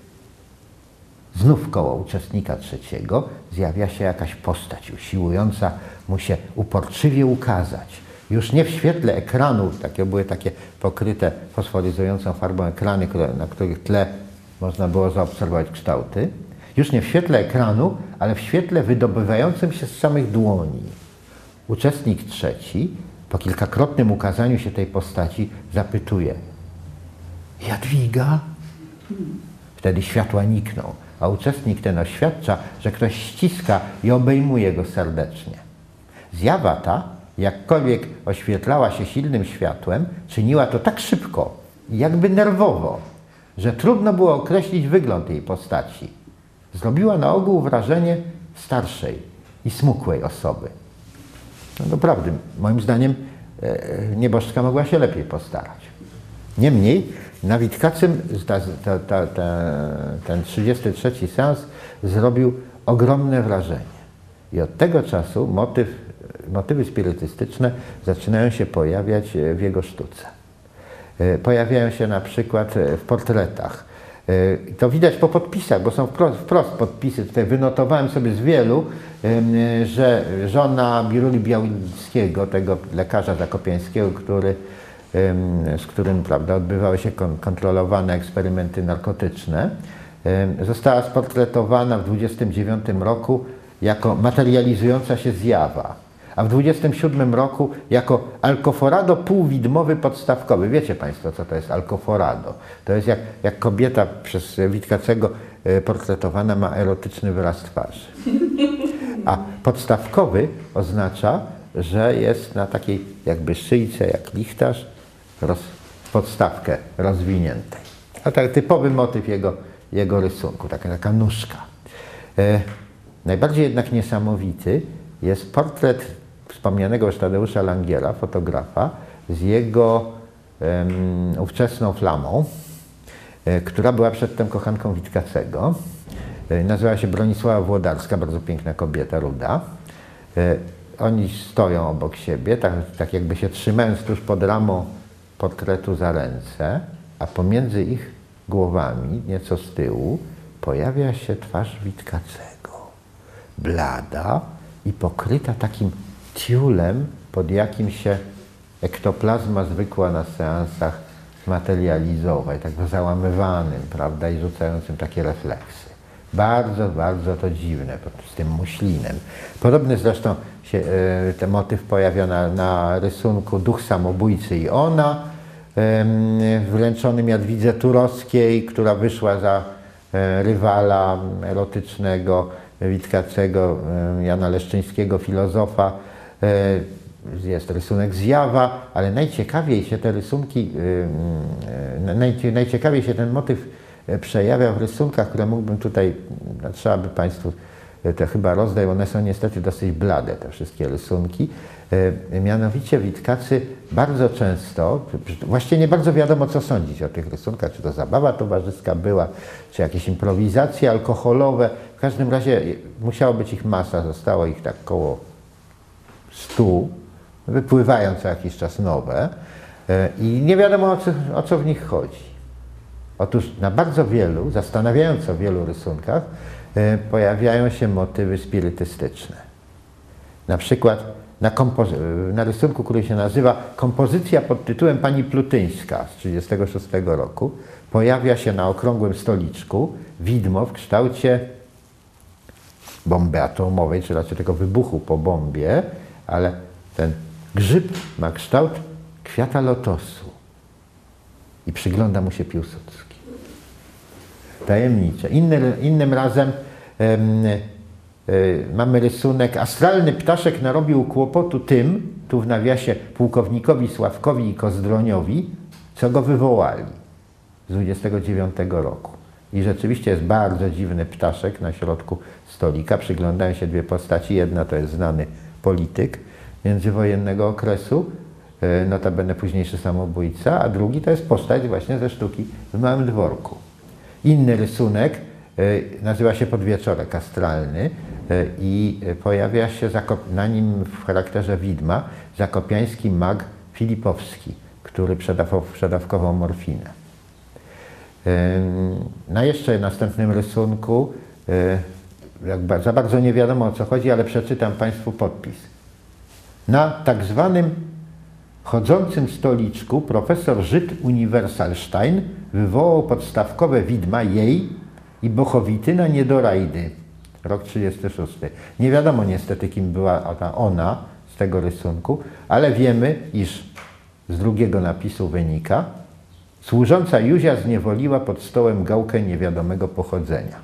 znów koło uczestnika trzeciego zjawia się jakaś postać usiłująca mu się uporczywie ukazać. Już nie w świetle ekranu, były takie pokryte fosforyzującą farbą ekrany, na których tle można było zaobserwować kształty. Już nie w świetle ekranu, ale w świetle wydobywającym się z samych dłoni. Uczestnik trzeci po kilkakrotnym ukazaniu się tej postaci zapytuje: Jadwiga? Wtedy światła nikną, a uczestnik ten oświadcza, że ktoś ściska i obejmuje go serdecznie. Zjawa ta, jakkolwiek oświetlała się silnym światłem, czyniła to tak szybko i jakby nerwowo, że trudno było określić wygląd jej postaci. Zrobiła na ogół wrażenie starszej i smukłej osoby. No doprawdy, moim zdaniem nieboszczka mogła się lepiej postarać. Niemniej na Witkacym ten 33. seans zrobił ogromne wrażenie. I od tego czasu motywy spirytystyczne zaczynają się pojawiać w jego sztuce. Pojawiają się na przykład w portretach. To widać po podpisach, bo są wprost podpisy. Tutaj wynotowałem sobie z wielu, że żona Biruli Białnickiego, tego lekarza zakopiańskiego, z którym, prawda, odbywały się kontrolowane eksperymenty narkotyczne, została sportretowana w 1929 roku jako materializująca się zjawa, a w 1927 roku jako alkoforado półwidmowy podstawkowy. Wiecie Państwo, co to jest alkoforado? To jest jak kobieta przez Witkacego portretowana ma erotyczny wyraz twarzy. A podstawkowy oznacza, że jest na takiej jakby szyjce, jak lichtarz, podstawkę rozwiniętej. A tak typowy motyw jego rysunku, taka nóżka. Najbardziej jednak niesamowity jest portret wspomnianego już Tadeusza Langiera, fotografa, z jego ówczesną flamą, która była przedtem kochanką Witkacego. Nazywała się Bronisława Włodarska, bardzo piękna kobieta, ruda. Oni stoją obok siebie, tak jakby się trzymając tuż pod ramą portretu za ręce, a pomiędzy ich głowami, nieco z tyłu, pojawia się twarz Witkacego. Blada i pokryta takim tiulem, pod jakim się ektoplazma zwykła na seansach materializować, tak załamywanym, prawda, i rzucającym takie refleksy. Bardzo, bardzo to dziwne, z tym muślinem. Podobny zresztą się ten motyw pojawia na rysunku Duch samobójcy i ona, wręczonym Jadwidze Turowskiej, która wyszła za rywala erotycznego. Witkacego, Jana Leszczyńskiego, filozofa. Jest rysunek zjawa, ale najciekawiej się te rysunki, najciekawiej się ten motyw przejawia w rysunkach, które mógłbym tutaj, trzeba by Państwu to chyba rozdać, one są niestety dosyć blade, te wszystkie rysunki. Mianowicie Witkacy bardzo często, właściwie nie bardzo wiadomo co sądzić o tych rysunkach, czy to zabawa towarzyska była, czy jakieś improwizacje alkoholowe. W każdym razie musiało być ich masa, zostało ich tak około 100, wypływają co jakiś czas nowe i nie wiadomo o co w nich chodzi. Otóż na bardzo wielu, zastanawiająco wielu rysunkach pojawiają się motywy spirytystyczne. Na przykład na rysunku, który się nazywa Kompozycja pod tytułem Pani Plutyńska z 1936 roku, pojawia się na okrągłym stoliczku widmo w kształcie bomby atomowej, czy raczej tego wybuchu po bombie, ale ten grzyb ma kształt kwiata lotosu i przygląda mu się Piłsudski. Tajemnicze. Innym razem mamy rysunek Astralny ptaszek narobił kłopotu tym, tu w nawiasie pułkownikowi Sławkowi i Kozdroniowi, co go wywołali z 29 roku. I rzeczywiście jest bardzo dziwny ptaszek na środku stolika. Przyglądają się dwie postaci. Jedna to jest znany polityk międzywojennego okresu, notabene późniejszy samobójca, a drugi to jest postać właśnie ze sztuki w Małym Dworku. Inny rysunek nazywa się Podwieczorek astralny i pojawia się na nim w charakterze widma zakopiański mag Filipowski, który przedawkował morfinę. Na jeszcze następnym rysunku, za bardzo nie wiadomo o co chodzi, ale przeczytam Państwu podpis. Na tak zwanym chodzącym stoliczku profesor Żyd Uniwersalstein wywołał podstawkowe widma jej i Bochowityna Niedorajdy, rok 36. Nie wiadomo niestety, kim była ona z tego rysunku, ale wiemy, iż z drugiego napisu wynika: służąca Józia zniewoliła pod stołem gałkę niewiadomego pochodzenia.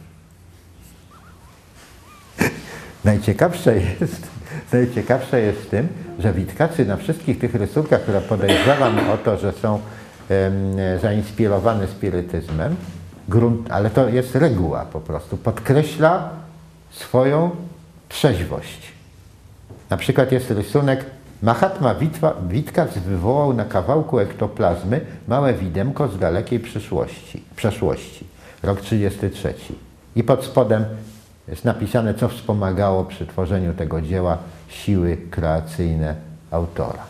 Najciekawsze jest tym, że Witkacy na wszystkich tych rysunkach, które podejrzewam o to, że są zainspirowane spirytyzmem, ale to jest reguła po prostu, podkreśla swoją trzeźwość. Na przykład jest rysunek Mahatma Witkac wywołał na kawałku ektoplazmy małe widemko z dalekiej przeszłości, rok 33. I pod spodem jest napisane, co wspomagało przy tworzeniu tego dzieła siły kreacyjne autora.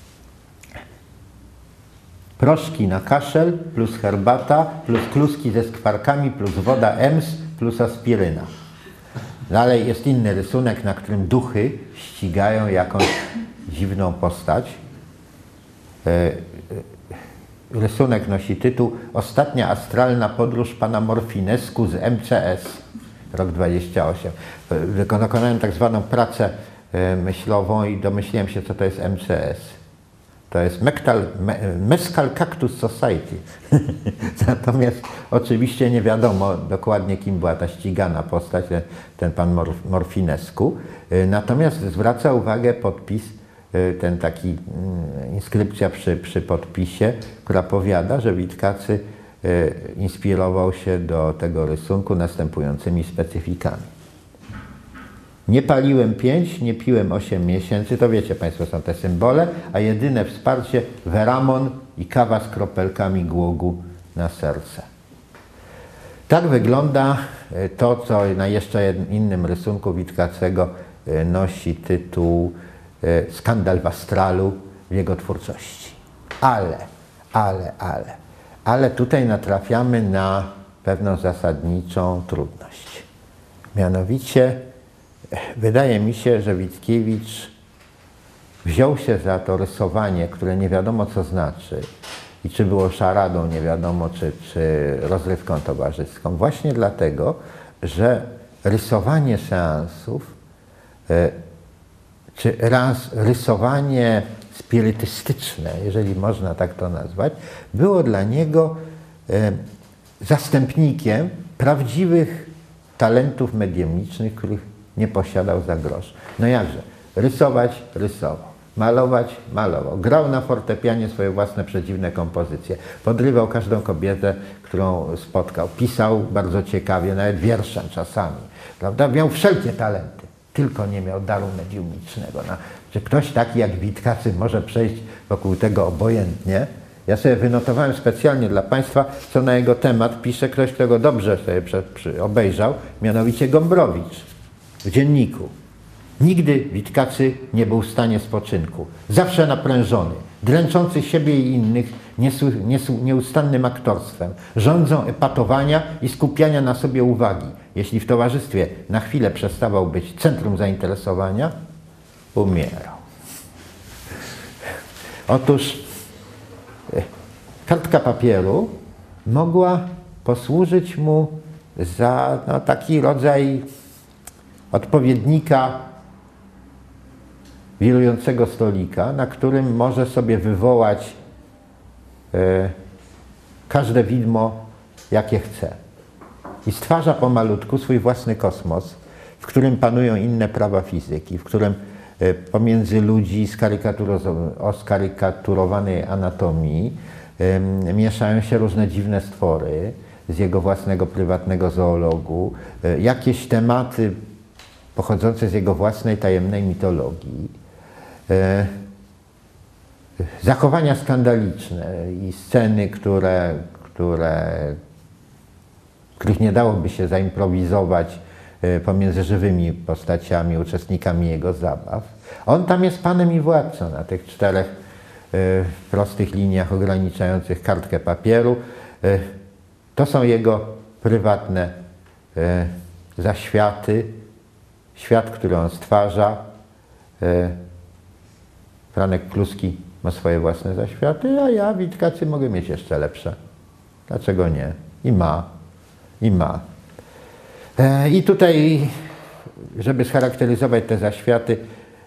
Proszki na kaszel, plus herbata, plus kluski ze skwarkami, plus woda EMS, plus aspiryna. Dalej jest inny rysunek, na którym duchy ścigają jakąś dziwną postać. Rysunek nosi tytuł Ostatnia astralna podróż pana Morfinescu z MCS, rok 28. Dokonałem tak zwaną pracę myślową i domyśliłem się, co to jest MCS. To jest Mescal Cactus Society. Natomiast oczywiście nie wiadomo dokładnie, kim była ta ścigana postać, ten pan Morfinescu. Natomiast zwraca uwagę podpis, ten taki inskrypcja przy podpisie, która powiada, że Witkacy inspirował się do tego rysunku następującymi specyfikami. Nie paliłem 5, nie piłem 8 miesięcy, to wiecie Państwo, są te symbole, a jedyne wsparcie Veramon i kawa z kropelkami głogu na serce. Tak wygląda to, co na jeszcze innym rysunku Witkacego nosi tytuł Skandal w astralu w jego twórczości. Ale tutaj natrafiamy na pewną zasadniczą trudność. Mianowicie wydaje mi się, że Witkiewicz wziął się za to rysowanie, które nie wiadomo co znaczy i czy było szaradą, nie wiadomo, czy rozrywką towarzyską, właśnie dlatego, że rysowanie seansów, czy rysowanie spirytystyczne, jeżeli można tak to nazwać, było dla niego zastępnikiem prawdziwych talentów mediumicznych, których nie posiadał za grosz. No jakże? Rysować – rysował. Malować – malował. Grał na fortepianie swoje własne przedziwne kompozycje. Podrywał każdą kobietę, którą spotkał. Pisał bardzo ciekawie, nawet wierszem czasami. Prawda? Miał wszelkie talenty, tylko nie miał daru mediumicznego. No, czy ktoś taki jak Witkacy może przejść wokół tego obojętnie? Ja sobie wynotowałem specjalnie dla Państwa, co na jego temat pisze ktoś, kto go dobrze sobie obejrzał, mianowicie Gombrowicz w dzienniku. Nigdy Witkacy nie był w stanie spoczynku. Zawsze naprężony, dręczący siebie i innych nieustannym aktorstwem. Rządzą epatowania i skupiania na sobie uwagi. Jeśli w towarzystwie na chwilę przestawał być centrum zainteresowania, umierał. Otóż kartka papieru mogła posłużyć mu za taki rodzaj odpowiednika wirującego stolika, na którym może sobie wywołać każde widmo, jakie chce. I stwarza pomalutku swój własny kosmos, w którym panują inne prawa fizyki, w którym pomiędzy ludzi o skarykaturowanej anatomii mieszają się różne dziwne stwory z jego własnego prywatnego zoologu, jakieś tematy pochodzące z jego własnej tajemnej mitologii, zachowania skandaliczne i sceny, których nie dałoby się zaimprowizować pomiędzy żywymi postaciami, uczestnikami jego zabaw. On tam jest panem i władcą na tych 4 prostych liniach ograniczających kartkę papieru. To są jego prywatne zaświaty, świat, który on stwarza. Franek Kluski ma swoje własne zaświaty, a ja, Witkacy, mogę mieć jeszcze lepsze. Dlaczego nie? I ma. I ma. I tutaj, żeby scharakteryzować te zaświaty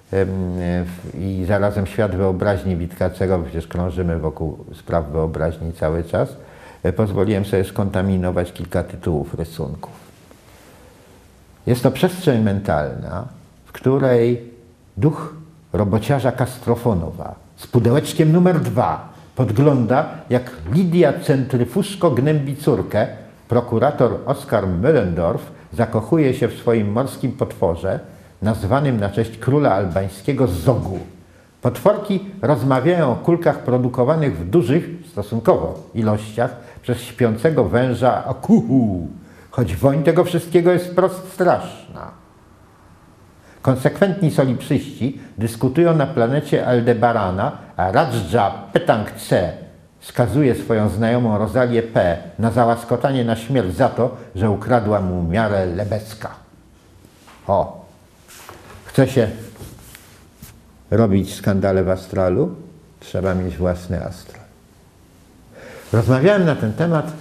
i zarazem świat wyobraźni Witkacego, przecież krążymy wokół spraw wyobraźni cały czas, pozwoliłem sobie skontaminować kilka tytułów rysunków. Jest to przestrzeń mentalna, w której duch robociarza Kastrofonowa z pudełeczkiem numer 2 podgląda, jak Lidia Centryfuszko gnębi córkę. Prokurator Oskar Möllendorf zakochuje się w swoim morskim potworze, nazwanym na cześć króla albańskiego Zogu. Potworki rozmawiają o kulkach produkowanych w dużych, stosunkowo, ilościach przez śpiącego węża Akuhu, choć woń tego wszystkiego jest wprost straszna. Konsekwentni solipsyści dyskutują na planecie Aldebarana, a Radża Petang C skazuje swoją znajomą Rozalię P. na załaskotanie na śmierć za to, że ukradła mu miarę lebecka. O! Chce się robić skandale w astralu? Trzeba mieć własny astral. Rozmawiałem na ten temat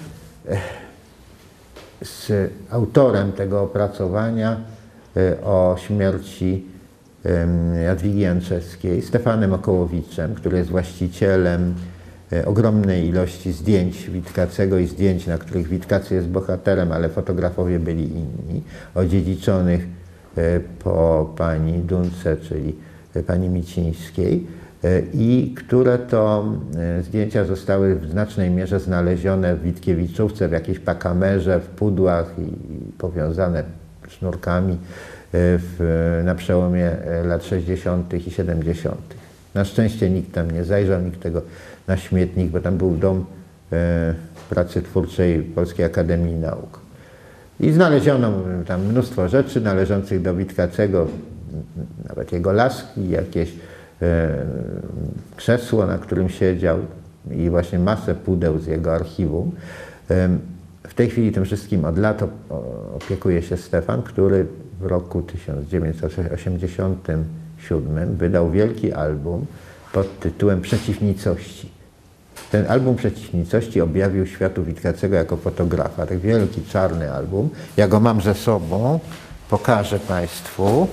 z autorem tego opracowania o śmierci Jadwigi Janczewskiej, Stefanem Okołowiczem, który jest właścicielem ogromnej ilości zdjęć Witkacego i zdjęć, na których Witkacy jest bohaterem, ale fotografowie byli inni, odziedziczonych po pani Dunce, czyli pani Micińskiej, i które to zdjęcia zostały w znacznej mierze znalezione w Witkiewiczówce, w jakiejś pakamerze, w pudłach i powiązane sznurkami na przełomie lat 60. i 70. Na szczęście nikt tam nie zajrzał, nikt tego na śmietnik, bo tam był dom pracy twórczej Polskiej Akademii Nauk. I znaleziono tam mnóstwo rzeczy należących do Witkacego, nawet jego laski, jakieś krzesło, na którym siedział i właśnie masę pudeł z jego archiwum. W tej chwili tym wszystkim od lat opiekuje się Stefan, który w roku 1987 wydał wielki album pod tytułem Przeciwnicości. Ten album Przeciwnicości objawił światu Witkacego jako fotografa. Tak wielki, czarny album. Ja go mam ze sobą. Pokażę Państwu.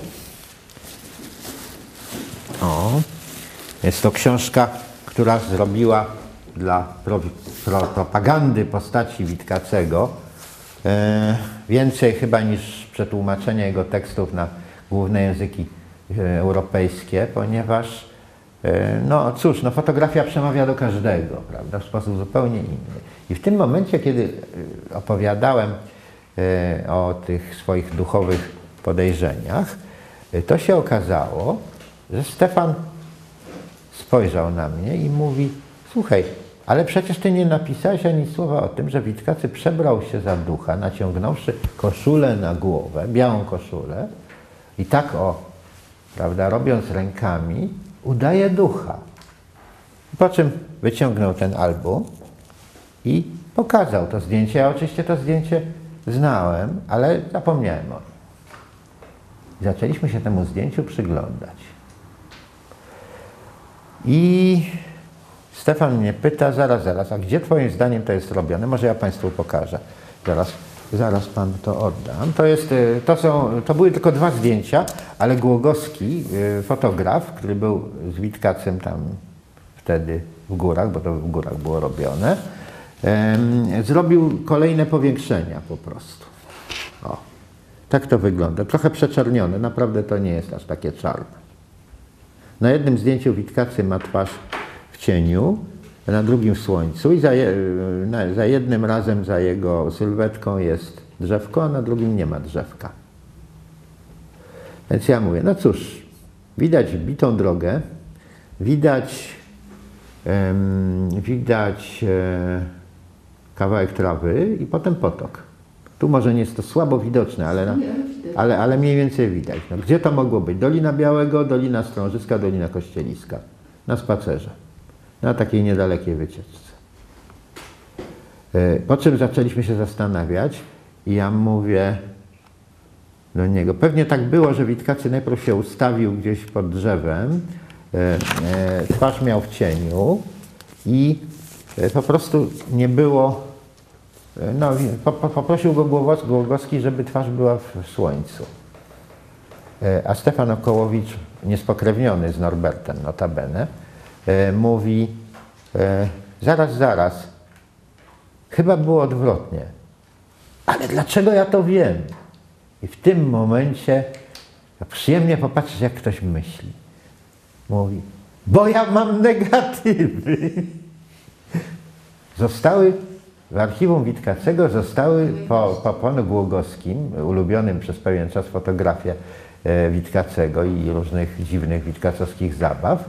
O, jest to książka, która zrobiła dla propagandy postaci Witkacego Więcej chyba niż przetłumaczenie jego tekstów na główne języki europejskie, ponieważ no cóż, no fotografia przemawia do każdego, prawda, w sposób zupełnie inny. I w tym momencie, kiedy opowiadałem o tych swoich duchowych podejrzeniach, to się okazało, że Stefan spojrzał na mnie i mówi: słuchaj, ale przecież ty nie napisałeś ani słowa o tym, że Witkacy przebrał się za ducha, naciągnąwszy koszulę na głowę, białą koszulę i tak prawda, robiąc rękami, udaje ducha. Po czym wyciągnął ten album i pokazał to zdjęcie. Ja oczywiście to zdjęcie znałem, ale zapomniałem o nim. Zaczęliśmy się temu zdjęciu przyglądać. I Stefan mnie pyta: zaraz, a gdzie twoim zdaniem to jest robione? Może ja państwu pokażę. Zaraz panu to oddam. To były tylko 2 zdjęcia, ale Głogowski, fotograf, który był z Witkacym tam wtedy w górach, bo to w górach było robione, zrobił kolejne powiększenia po prostu. O, tak to wygląda. Trochę przeczernione, naprawdę to nie jest aż takie czarne. Na jednym zdjęciu Witkacy ma twarz w cieniu, na drugim w słońcu i za jednym razem za jego sylwetką jest drzewko, a na drugim nie ma drzewka. Więc ja mówię, no cóż, widać bitą drogę, widać kawałek trawy i potem potok. Tu może nie jest to słabo widoczne, ale mniej więcej widać. No, gdzie to mogło być? Dolina Białego, Dolina Strążyska, Dolina Kościeliska. Na spacerze. Na takiej niedalekiej wycieczce. Po czym zaczęliśmy się zastanawiać i ja mówię do niego: pewnie tak było, że Witkacy najpierw się ustawił gdzieś pod drzewem, twarz miał w cieniu i po prostu nie było, no poprosił go Głogowski, żeby twarz była w słońcu. A Stefan Okołowicz, niespokrewniony z Norbertem notabene, mówi: zaraz, chyba było odwrotnie. Ale dlaczego ja to wiem? I w tym momencie przyjemnie popatrzeć, jak ktoś myśli. Mówi: bo ja mam negatywy. Zostały w archiwum Witkacego, po panu Głogowskim, ulubionym przez pewien czas fotografię Witkacego i różnych dziwnych witkacowskich zabaw,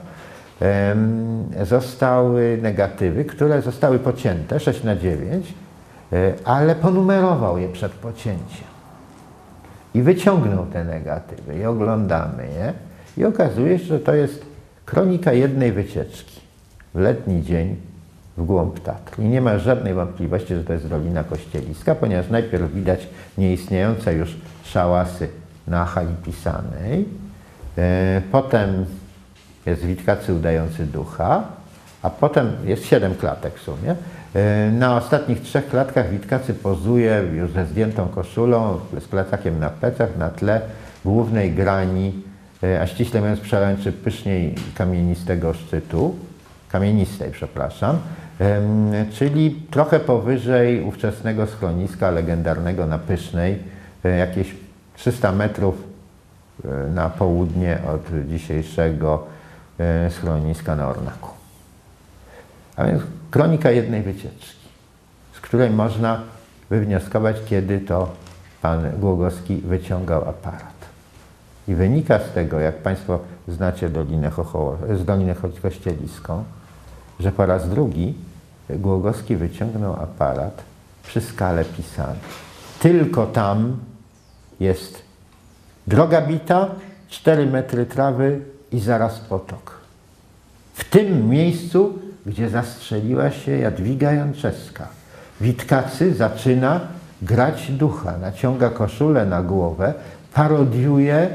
zostały negatywy, które zostały pocięte 6:9, ale ponumerował je przed pocięciem. I wyciągnął te negatywy i oglądamy je i okazuje się, że to jest kronika jednej wycieczki w letni dzień w głąb Tatr. I nie ma żadnej wątpliwości, że to jest Dolina Kościeliska, ponieważ najpierw widać nieistniejące już szałasy na hali pisanej, potem jest Witkacy udający ducha, a potem jest 7 klatek w sumie. Na ostatnich 3 klatkach Witkacy pozuje już ze zdjętą koszulą, z plecakiem na plecach, na tle głównej grani, a ściśle mówiąc przełęczy pyszniej kamienistego szczytu, kamienistej, przepraszam, czyli trochę powyżej ówczesnego schroniska legendarnego na Pysznej, jakieś 300 metrów na południe od dzisiejszego schroniska na Ornaku. A więc kronika jednej wycieczki, z której można wywnioskować, kiedy to pan Głogowski wyciągał aparat. I wynika z tego, jak państwo znacie z Dolinę Kościeliską, że po raz drugi Głogowski wyciągnął aparat przy skale pisanej. Tylko tam jest droga bita, 4 metry trawy i zaraz potok. W tym miejscu, gdzie zastrzeliła się Jadwiga Jączewska, Witkacy zaczyna grać ducha, naciąga koszulę na głowę, parodiuje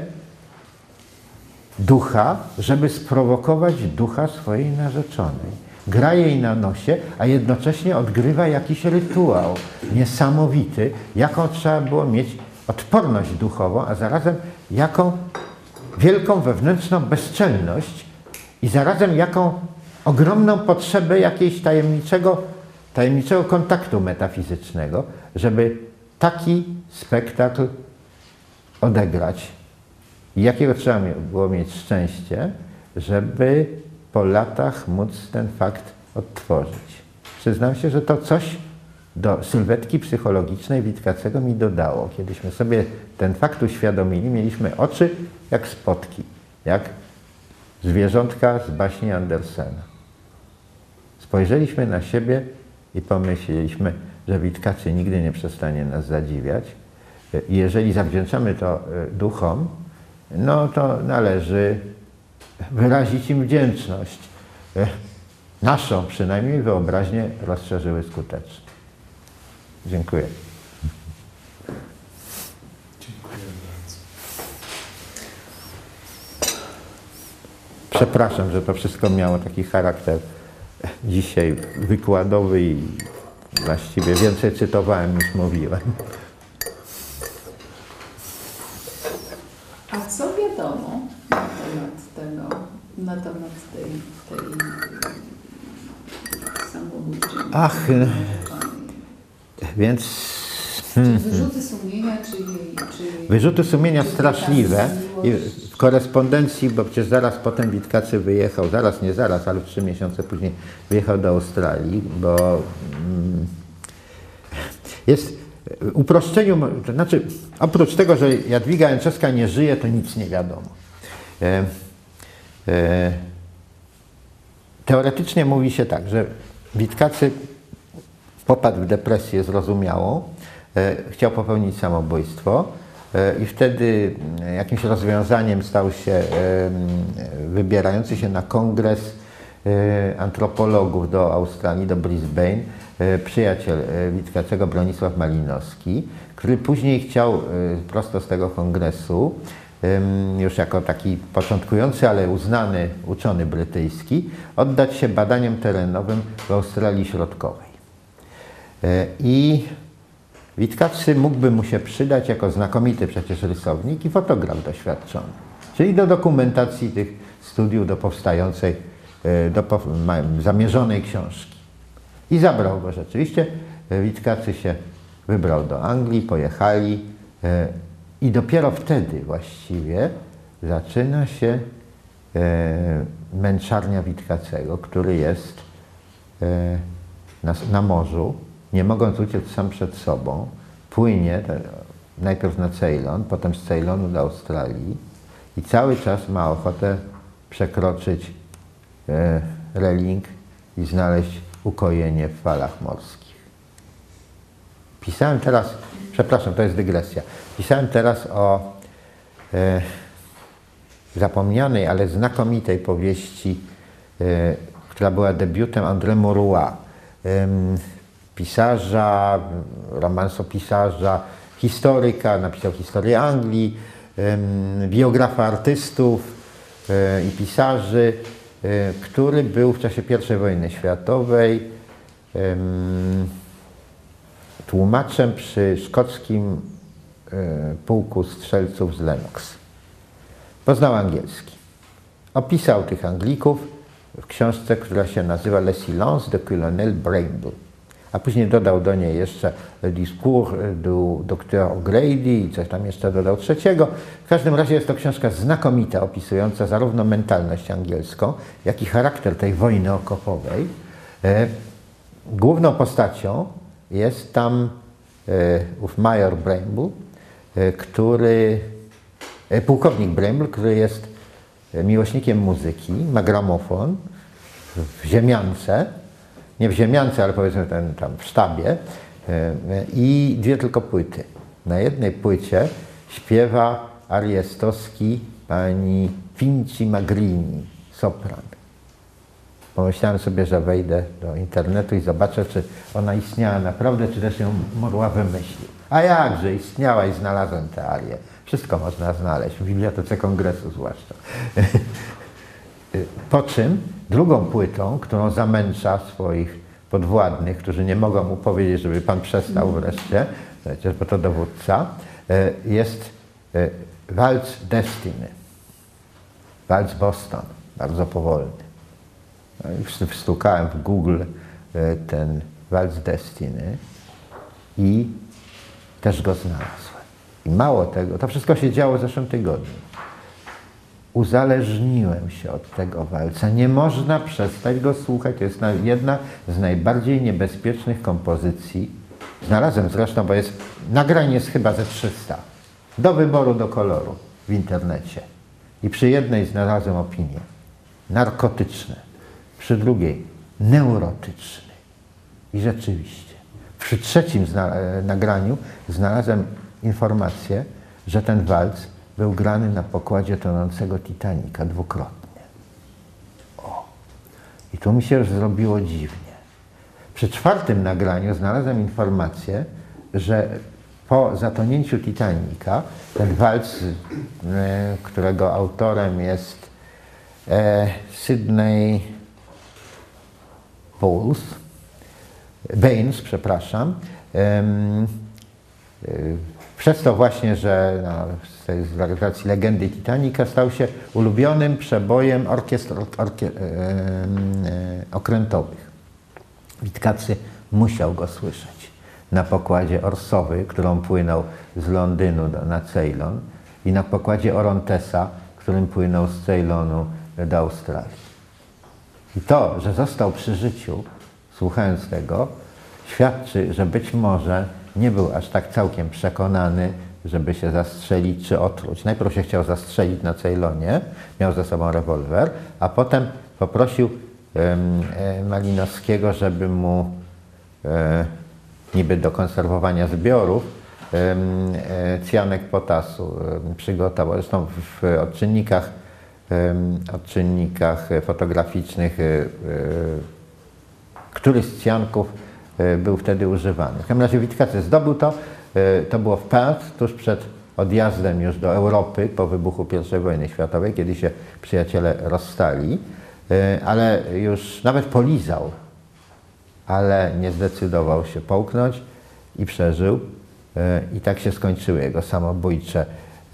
ducha, żeby sprowokować ducha swojej narzeczonej. Gra jej na nosie, a jednocześnie odgrywa jakiś rytuał niesamowity, jaką trzeba było mieć odporność duchową, a zarazem jaką wielką wewnętrzną bezczelność i zarazem jaką ogromną potrzebę jakiegoś tajemniczego kontaktu metafizycznego, żeby taki spektakl odegrać. I jakiego trzeba było mieć szczęście, żeby po latach móc ten fakt odtworzyć. Przyznam się, że to coś do sylwetki psychologicznej Witkacego mi dodało. Kiedyśmy sobie ten fakt uświadomili, mieliśmy oczy jak spotki, jak zwierzątka z baśni Andersena. Spojrzeliśmy na siebie i pomyśleliśmy, że Witkacy nigdy nie przestanie nas zadziwiać. I jeżeli zawdzięczamy to duchom, no to należy wyrazić im wdzięczność. Naszą przynajmniej wyobraźnię rozszerzyły skutecznie. Dziękuję. Dziękuję bardzo. Przepraszam, że to wszystko miało taki charakter dzisiaj wykładowy i właściwie więcej cytowałem niż mówiłem. A co wiadomo na temat tego, na temat tej samobójczej? Ach, więc... Czy wyrzuty sumienia, czy Wyrzuty sumienia straszliwe. I w korespondencji, bo przecież zaraz potem Witkacy wyjechał, nie zaraz, ale 3 miesiące później wyjechał do Australii, bo jest w uproszczeniu, to znaczy oprócz tego, że Jadwiga Jędrzejewska nie żyje, to nic nie wiadomo. Teoretycznie mówi się tak, że Witkacy popadł w depresję zrozumiałą, chciał popełnić samobójstwo i wtedy jakimś rozwiązaniem stał się wybierający się na kongres antropologów do Australii, do Brisbane, przyjaciel Witkacego Bronisław Malinowski, który później chciał prosto z tego kongresu, już jako taki początkujący, ale uznany uczony brytyjski, oddać się badaniom terenowym w Australii Środkowej. I Witkacy mógłby mu się przydać jako znakomity przecież rysownik i fotograf doświadczony, czyli do dokumentacji tych studiów, do powstającej, zamierzonej książki. I zabrał go rzeczywiście. Witkacy się wybrał do Anglii, pojechali i dopiero wtedy właściwie zaczyna się męczarnia Witkacego, który jest na morzu, nie mogąc uciec sam przed sobą, płynie najpierw na Ceylon, potem z Ceylonu do Australii i cały czas ma ochotę przekroczyć reling i znaleźć ukojenie w falach morskich. Pisałem teraz, przepraszam, to jest dygresja, pisałem teraz o zapomnianej, ale znakomitej powieści, która była debiutem André Maurois, pisarza, romansopisarza, historyka, napisał historię Anglii, biografa artystów i pisarzy, który był w czasie I wojny światowej tłumaczem przy szkockim pułku strzelców z Lennox. Poznał angielski. Opisał tych Anglików w książce, która się nazywa Le silence de Colonel Bramble. A później dodał do niej jeszcze Le discours du docteur O'Grady i coś tam jeszcze dodał trzeciego. W każdym razie jest to książka znakomita, opisująca zarówno mentalność angielską, jak i charakter tej wojny okopowej. Główną postacią jest tam ów major Bramble, pułkownik Bramble, który jest miłośnikiem muzyki, ma gramofon w ziemiance, nie w ziemiance, ale powiedzmy tam w sztabie i 2 tylko płyty. Na jednej płycie śpiewa arię z Toski pani Finci Magrini, sopran. Pomyślałem sobie, że wejdę do internetu i zobaczę, czy ona istniała naprawdę, czy też ją Maurois wymyślił. A jakże, istniała i znalazłem tę arię. Wszystko można znaleźć, w Bibliotece Kongresu zwłaszcza. Po czym drugą płytą, którą zamęcza swoich podwładnych, którzy nie mogą mu powiedzieć, żeby pan przestał wreszcie, przecież bo to dowódca, jest Waltz Destiny. Waltz Boston, bardzo powolny. Wstukałem w Google ten Waltz Destiny i też go znalazłem. I mało tego, to wszystko się działo w zeszłym tygodniu. Uzależniłem się od tego walca. Nie można przestać go słuchać. To jest jedna z najbardziej niebezpiecznych kompozycji. Znalazłem zresztą, bo jest nagrań jest chyba ze 300. Do wyboru, do koloru w internecie. I przy jednej znalazłem opinię. Narkotyczne. Przy drugiej neurotyczny. I rzeczywiście. Przy trzecim nagraniu znalazłem informację, że ten walc był grany na pokładzie tonącego Titanica dwukrotnie. O! I tu mi się już zrobiło dziwnie. Przy czwartym nagraniu znalazłem informację, że po zatonięciu Titanica ten walc, którego autorem jest Sydney Baines, przepraszam, przez to właśnie, że z racji legendy Titanica stał się ulubionym przebojem orkiestr okrętowych. Witkacy musiał go słyszeć na pokładzie Orsowy, którą płynął z Londynu na Ceylon, i na pokładzie Orontesa, którym płynął z Ceylonu do Australii. I to, że został przy życiu, słuchając tego, świadczy, że być może nie był aż tak całkiem przekonany, żeby się zastrzelić czy otruć. Najpierw się chciał zastrzelić na Ceylonie, miał ze sobą rewolwer, a potem poprosił Malinowskiego, żeby mu niby do konserwowania zbiorów cyjanek potasu przygotował. Zresztą w odczynnikach fotograficznych któryś z cyjanków był wtedy używany. W każdym razie Witkacy zdobył to. To było w Perth, tuż przed odjazdem już do Europy po wybuchu I wojny światowej, kiedy się przyjaciele rozstali, ale już nawet polizał, ale nie zdecydował się połknąć i przeżył. I tak się skończyły jego samobójcze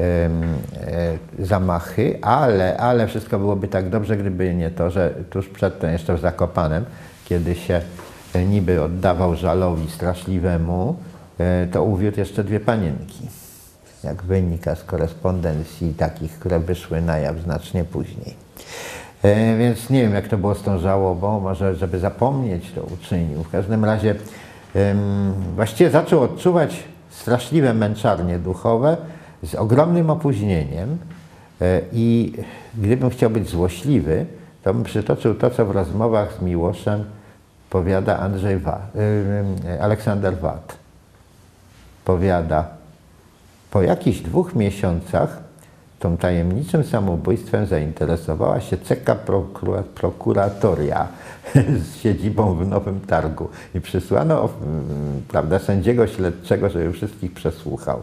zamachy, ale wszystko byłoby tak dobrze, gdyby nie to, że tuż przedtem jeszcze w Zakopanem, kiedy się niby oddawał żalowi straszliwemu, to uwiódł jeszcze 2 panienki, jak wynika z korespondencji takich, które wyszły na jaw znacznie później. Więc nie wiem, jak to było z tą żałobą, może żeby zapomnieć, to uczynił. W każdym razie właściwie zaczął odczuwać straszliwe męczarnie duchowe z ogromnym opóźnieniem i gdybym chciał być złośliwy, to bym przytoczył to, co w rozmowach z Miłoszem powiada Aleksander Watt. Powiada, po jakichś 2 miesiącach tą tajemniczym samobójstwem zainteresowała się CK Prokuratoria z siedzibą w Nowym Targu i przysłano sędziego śledczego, żeby wszystkich przesłuchał.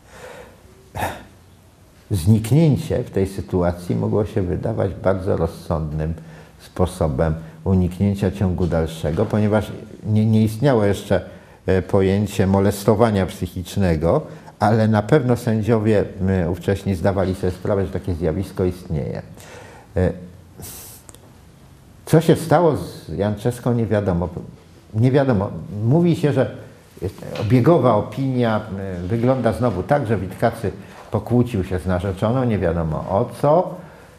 Zniknięcie w tej sytuacji mogło się wydawać bardzo rozsądnym sposobem uniknięcia ciągu dalszego, ponieważ nie istniało jeszcze pojęcie molestowania psychicznego, ale na pewno sędziowie ówcześni zdawali sobie sprawę, że takie zjawisko istnieje. Co się stało z Janczewską, nie wiadomo. Nie wiadomo. Mówi się, że obiegowa opinia wygląda znowu tak, że Witkacy pokłócił się z narzeczoną, nie wiadomo o co.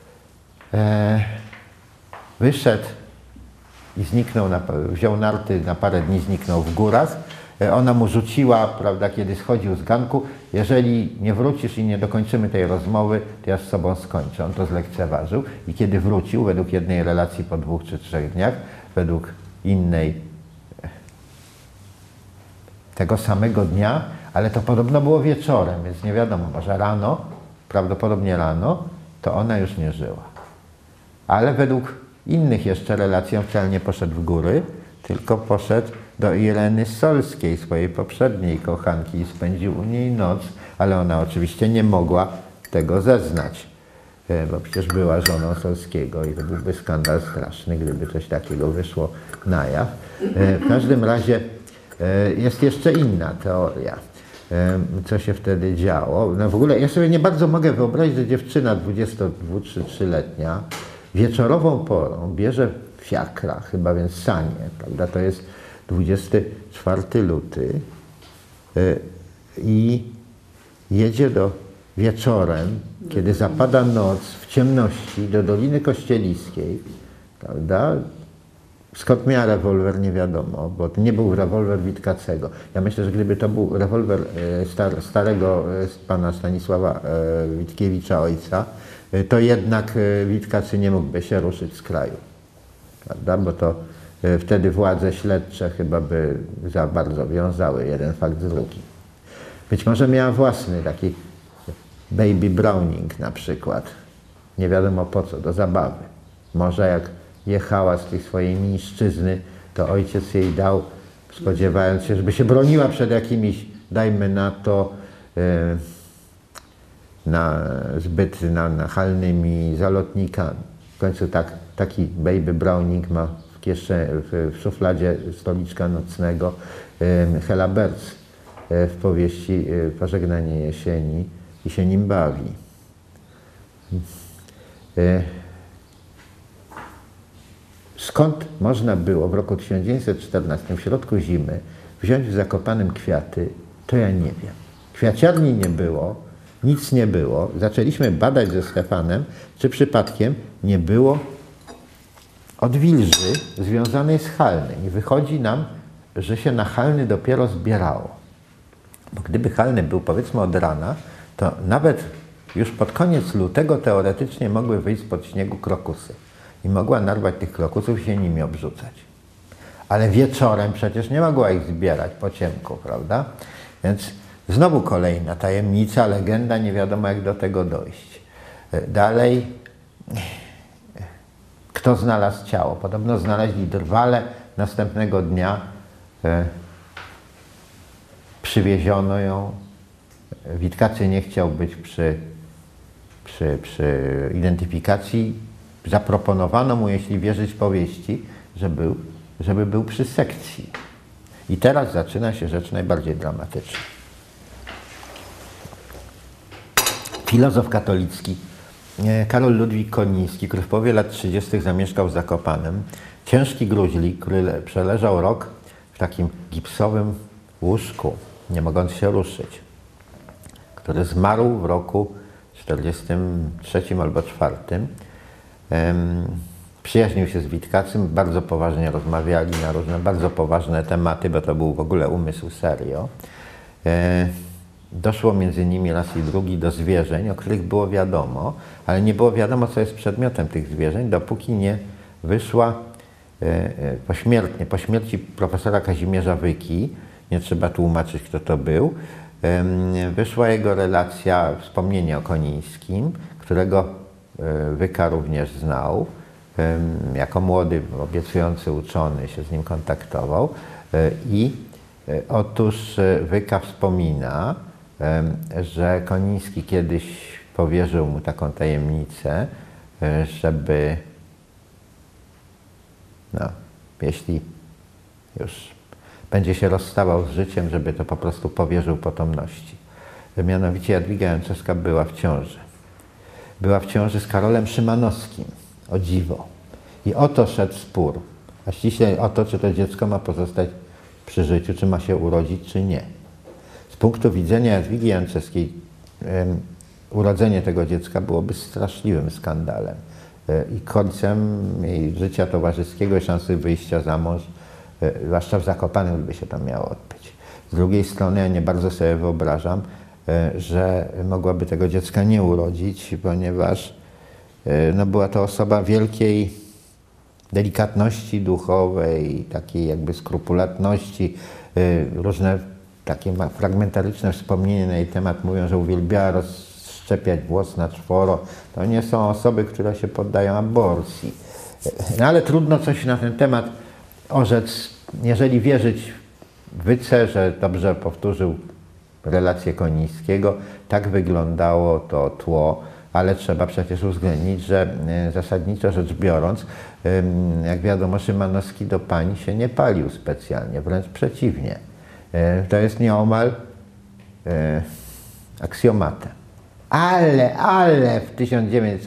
Wyszedł i zniknął, wziął narty, na parę dni zniknął w górach. Ona mu rzuciła, prawda, kiedy schodził z ganku, jeżeli nie wrócisz i nie dokończymy tej rozmowy, to ja z sobą skończę. On to zlekceważył i kiedy wrócił, według jednej relacji po 2 czy 3 dniach, według innej tego samego dnia, ale to podobno było wieczorem, więc nie wiadomo, może rano, prawdopodobnie rano, to ona już nie żyła. Ale według innych jeszcze relacji on wcale nie poszedł w góry, tylko poszedł do Ireny Solskiej, swojej poprzedniej kochanki, i spędził u niej noc, ale ona oczywiście nie mogła tego zeznać, bo przecież była żoną Solskiego i to byłby skandal straszny, gdyby coś takiego wyszło na jaw. W każdym razie jest jeszcze inna teoria, co się wtedy działo. No w ogóle ja sobie nie bardzo mogę wyobrazić, że dziewczyna 22-23-letnia wieczorową porą bierze fiakra, chyba więc sanie, prawda, to jest 24 luty, i jedzie wieczorem, kiedy zapada noc, w ciemności, do Doliny Kościeliskiej, prawda? Skąd miał rewolwer, nie wiadomo, bo to nie był rewolwer Witkacego. Ja myślę, że gdyby to był rewolwer starego pana Stanisława Witkiewicza, ojca, to jednak Witkacy nie mógłby się ruszyć z kraju, prawda? Bo to wtedy władze śledcze chyba by za bardzo wiązały jeden fakt z drugim. Być może miała własny taki baby Browning na przykład. Nie wiadomo po co, do zabawy. Może jak jechała z tej swojej miejsczyzny, to ojciec jej dał, spodziewając się, żeby się broniła przed jakimiś, dajmy na to, zbyt nachalnymi zalotnikami. W końcu taki baby Browning ma w szufladzie stoliczka nocnego Hela Berz w powieści Pożegnanie jesieni i się nim bawi. Skąd można było w roku 1914, w środku zimy, wziąć w Zakopanem kwiaty, to ja nie wiem. Kwiaciarni nie było, nic nie było. Zaczęliśmy badać ze Stefanem, czy przypadkiem nie było odwilży związanej z Chalny. I wychodzi nam, że się na Chalny dopiero zbierało. Bo gdyby Chalny był, powiedzmy, od rana, to nawet już pod koniec lutego teoretycznie mogły wyjść spod śniegu krokusy. I mogła narwać tych krokusów i się nimi obrzucać. Ale wieczorem przecież nie mogła ich zbierać po ciemku, prawda? Więc znowu kolejna tajemnica, legenda, nie wiadomo jak do tego dojść. Dalej, kto znalazł ciało? Podobno znaleźli drwale, następnego dnia przywieziono ją. Witkacy nie chciał być przy identyfikacji. Zaproponowano mu, jeśli wierzyć powieści, żeby był przy sekcji. I teraz zaczyna się rzecz najbardziej dramatyczna. Filozof katolicki Karol Ludwik Koniński, który w połowie lat 30. zamieszkał w Zakopanem, ciężki gruźlik, który przeleżał rok w takim gipsowym łóżku, nie mogąc się ruszyć, który zmarł w roku 43 albo 4. Przyjaźnił się z Witkacym, bardzo poważnie rozmawiali na różne bardzo poważne tematy, bo to był w ogóle umysł serio. Doszło między nimi raz i drugi do zwierzeń, o których było wiadomo, ale nie było wiadomo, co jest przedmiotem tych zwierzeń, dopóki nie wyszła pośmiertnie, po śmierci profesora Kazimierza Wyki, nie trzeba tłumaczyć, kto to był, wyszła jego relacja, wspomnienie o Konińskim, którego Wyka również znał. Jako młody, obiecujący uczony się z nim kontaktował i otóż Wyka wspomina, że Koniński kiedyś powierzył mu taką tajemnicę, żeby, jeśli już będzie się rozstawał z życiem, żeby to po prostu powierzył potomności. Mianowicie Jadwiga Janczewska była w ciąży. Była w ciąży z Karolem Szymanowskim, o dziwo. I o to szedł spór, a ściślej o to, czy to dziecko ma pozostać przy życiu, czy ma się urodzić, czy nie. Z punktu widzenia Jadwigi Janczewskiej urodzenie tego dziecka byłoby straszliwym skandalem i końcem jej życia towarzyskiego i szansy wyjścia za mąż, zwłaszcza w Zakopanem, by się to miało odbyć. Z drugiej strony ja nie bardzo sobie wyobrażam, że mogłaby tego dziecka nie urodzić, ponieważ była to osoba wielkiej delikatności duchowej, takiej jakby skrupulatności. Różne takie fragmentaryczne wspomnienia na jej temat mówią, że uwielbiała rozszczepiać włos na czworo. To nie są osoby, które się poddają aborcji. Ale trudno coś na ten temat orzec, jeżeli wierzyć Wyce, że dobrze powtórzył relację Konińskiego. Tak wyglądało to tło, ale trzeba przecież uwzględnić, że zasadniczo rzecz biorąc, jak wiadomo, Szymanowski do pań się nie palił specjalnie, wręcz przeciwnie. To jest nieomal aksjomatem. Ale w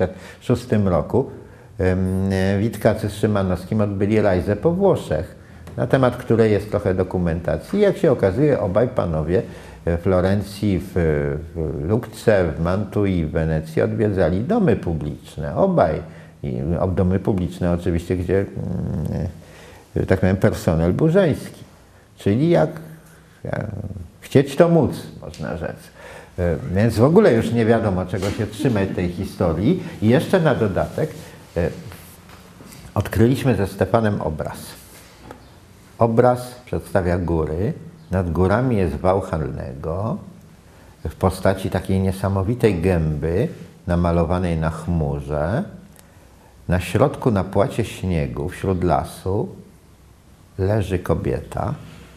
1906 roku Witkacy z Szymanowskim odbyli rajzę po Włoszech, na temat której jest trochę dokumentacji. Jak się okazuje, obaj panowie w Florencji, w Lucce, w Mantui, w Wenecji odwiedzali domy publiczne. Obaj. I domy publiczne oczywiście, gdzie, tak powiem, personel był żeński. Czyli jak chcieć, to móc, można rzec. Więc w ogóle już nie wiadomo, czego się trzymać tej historii. I jeszcze na dodatek odkryliśmy ze Stefanem obraz. Obraz przedstawia góry. Nad górami jest wał Halnego w postaci takiej niesamowitej gęby namalowanej na chmurze. Na środku, na płacie śniegu, wśród lasu, leży kobieta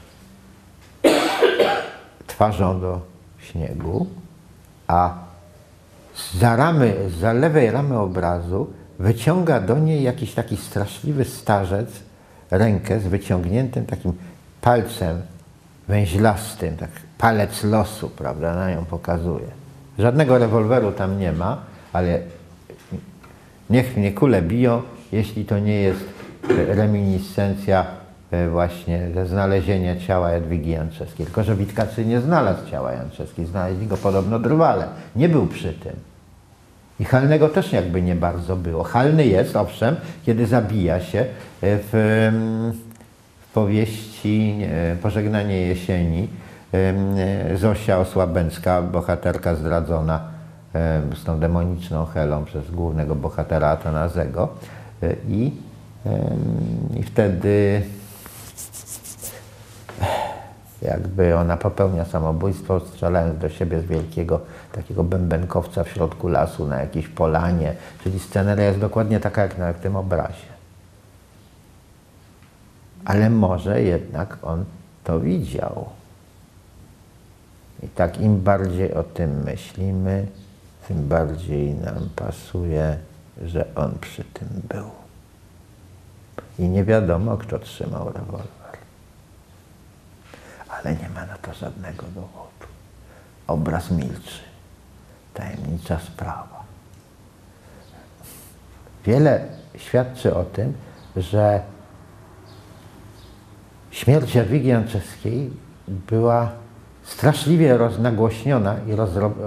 twarzą do śniegu, a zza lewej ramy obrazu wyciąga do niej jakiś taki straszliwy starzec rękę z wyciągniętym takim palcem węźlastym, tak palec losu, prawda, na nią pokazuje. Żadnego rewolweru tam nie ma, ale niech mnie kule biją, jeśli to nie jest reminiscencja właśnie ze znalezienia ciała Jadwigi Janczewskiej. Tylko że Witkacy nie znalazł ciała Janczewskiej, znaleźli go podobno drwale. Nie był przy tym. I Halnego też jakby nie bardzo było. Halny jest, owszem, kiedy zabija się w powieści Pożegnanie jesieni. Zosia Osłabęcka, bohaterka zdradzona z tą demoniczną Helą przez głównego bohatera Atanazego. I wtedy jakby ona popełnia samobójstwo, strzelając do siebie z wielkiego takiego bębenkowca w środku lasu na jakiejś polanie. Czyli sceneria jest dokładnie taka jak na tym obrazie. Ale może jednak on to widział. I tak im bardziej o tym myślimy, tym bardziej nam pasuje, że on przy tym był. I nie wiadomo, kto trzymał rewolwer. Ale nie ma na to żadnego dowodu. Obraz milczy. Tajemnicza sprawa. Wiele świadczy o tym, że śmierć Jadwigi Janczewskiej była straszliwie nagłośniona i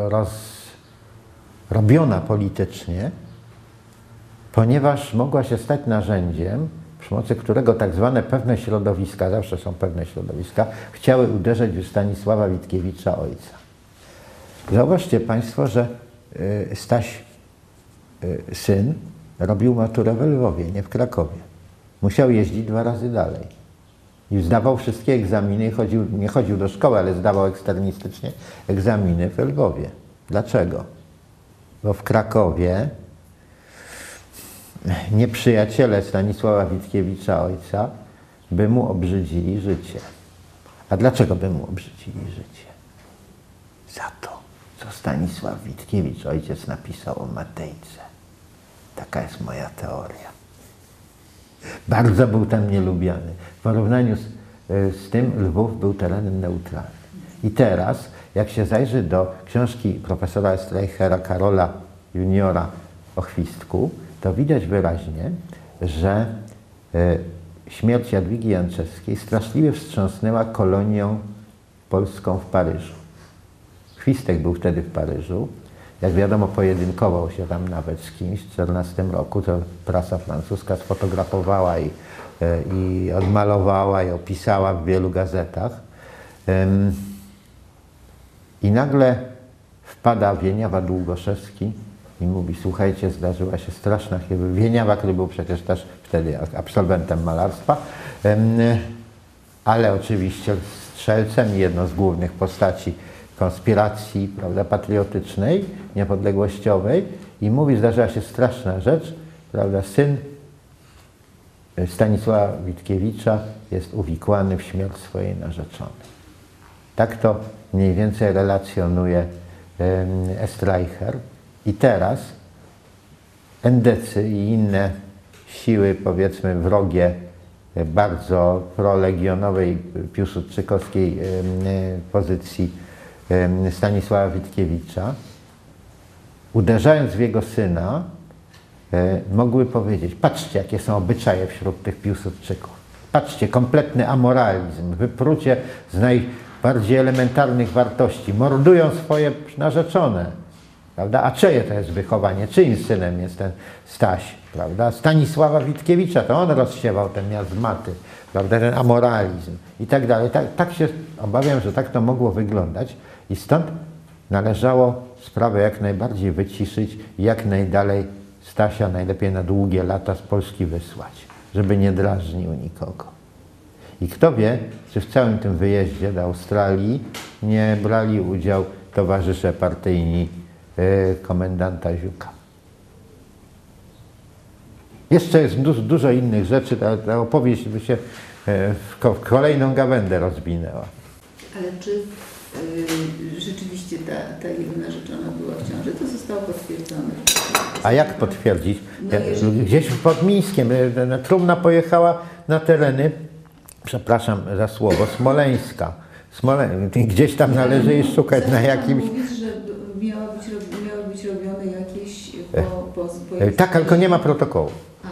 robiona politycznie, ponieważ mogła się stać narzędziem, przy pomocy którego tak zwane pewne środowiska, zawsze są pewne środowiska, chciały uderzyć w Stanisława Witkiewicza ojca. Zauważcie Państwo, że Staś, syn, robił maturę w Lwowie, nie w Krakowie. Musiał jeździć 2 razy dalej. I zdawał wszystkie egzaminy, nie chodził do szkoły, ale zdawał eksternistycznie egzaminy w Lwowie. Dlaczego? Bo w Krakowie nieprzyjaciele Stanisława Witkiewicza ojca by mu obrzydzili życie. A dlaczego by mu obrzydzili życie? Za to, co Stanisław Witkiewicz ojciec napisał o Matejce. Taka jest moja teoria. Bardzo był tam nielubiany. W porównaniu z tym Lwów był terenem neutralnym. I teraz, jak się zajrzy do książki profesora Streichera Karola juniora o Chwistku, to widać wyraźnie, że śmierć Jadwigi Janczewskiej straszliwie wstrząsnęła kolonią polską w Paryżu. Chwistek był wtedy w Paryżu. Jak wiadomo, pojedynkował się tam nawet z kimś w 1914 roku. To prasa francuska sfotografowała i odmalowała i opisała w wielu gazetach. I nagle wpada Wieniawa Długoszewski i mówi: słuchajcie, zdarzyła się straszna chyba. Wieniawa, który był przecież też wtedy absolwentem malarstwa, ale oczywiście strzelcem i jedną z głównych postaci konspiracji, prawda, patriotycznej, niepodległościowej, i mówi: zdarzyła się straszna rzecz, prawda, syn Stanisława Witkiewicza jest uwikłany w śmierć swojej narzeczonej. Tak to mniej więcej relacjonuje Streicher. I teraz endecy i inne siły, powiedzmy, wrogie bardzo prolegionowej piłsudczykowskiej pozycji Stanisława Witkiewicza, uderzając w jego syna, mogły powiedzieć: patrzcie, jakie są obyczaje wśród tych Piłsudczyków. Patrzcie, kompletny amoralizm, wyprucie z najbardziej elementarnych wartości. Mordują swoje narzeczone. Prawda? A czyje to jest wychowanie? Czyim synem jest ten Staś? Prawda? Stanisława Witkiewicza, to on rozsiewał ten miazmaty, prawda? Ten amoralizm i tak dalej. Tak się obawiam, że tak to mogło wyglądać i stąd należało sprawę jak najbardziej wyciszyć i jak najdalej Stasia najlepiej na długie lata z Polski wysłać, żeby nie drażnił nikogo. I kto wie, czy w całym tym wyjeździe do Australii nie brali udział towarzysze partyjni komendanta Ziuka. Jeszcze jest dużo innych rzeczy, ta opowieść by się w kolejną gawędę rozwinęła. Ale czy rzeczywiście ta jego narzeczona była w ciąży? To zostało potwierdzone. A jak potwierdzić? No jeżeli... Gdzieś pod Mińskiem trumna pojechała na tereny, przepraszam za słowo, Smoleńska. Gdzieś tam należy jej szukać na jakimś... Mówisz, że miały być robione jakieś po Tak, tylko nie ma protokołu.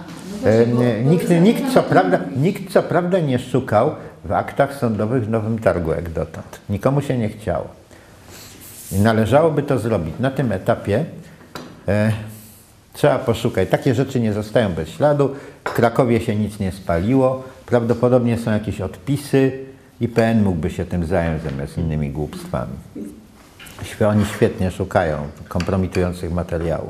Nikt co prawda nie szukał w aktach sądowych w Nowym Targu jak dotąd. Nikomu się nie chciało. I należałoby to zrobić. Na tym etapie trzeba poszukać. Takie rzeczy nie zostają bez śladu. W Krakowie się nic nie spaliło. Prawdopodobnie są jakieś odpisy. IPN mógłby się tym zająć zamiast innymi głupstwami. Oni świetnie szukają kompromitujących materiałów.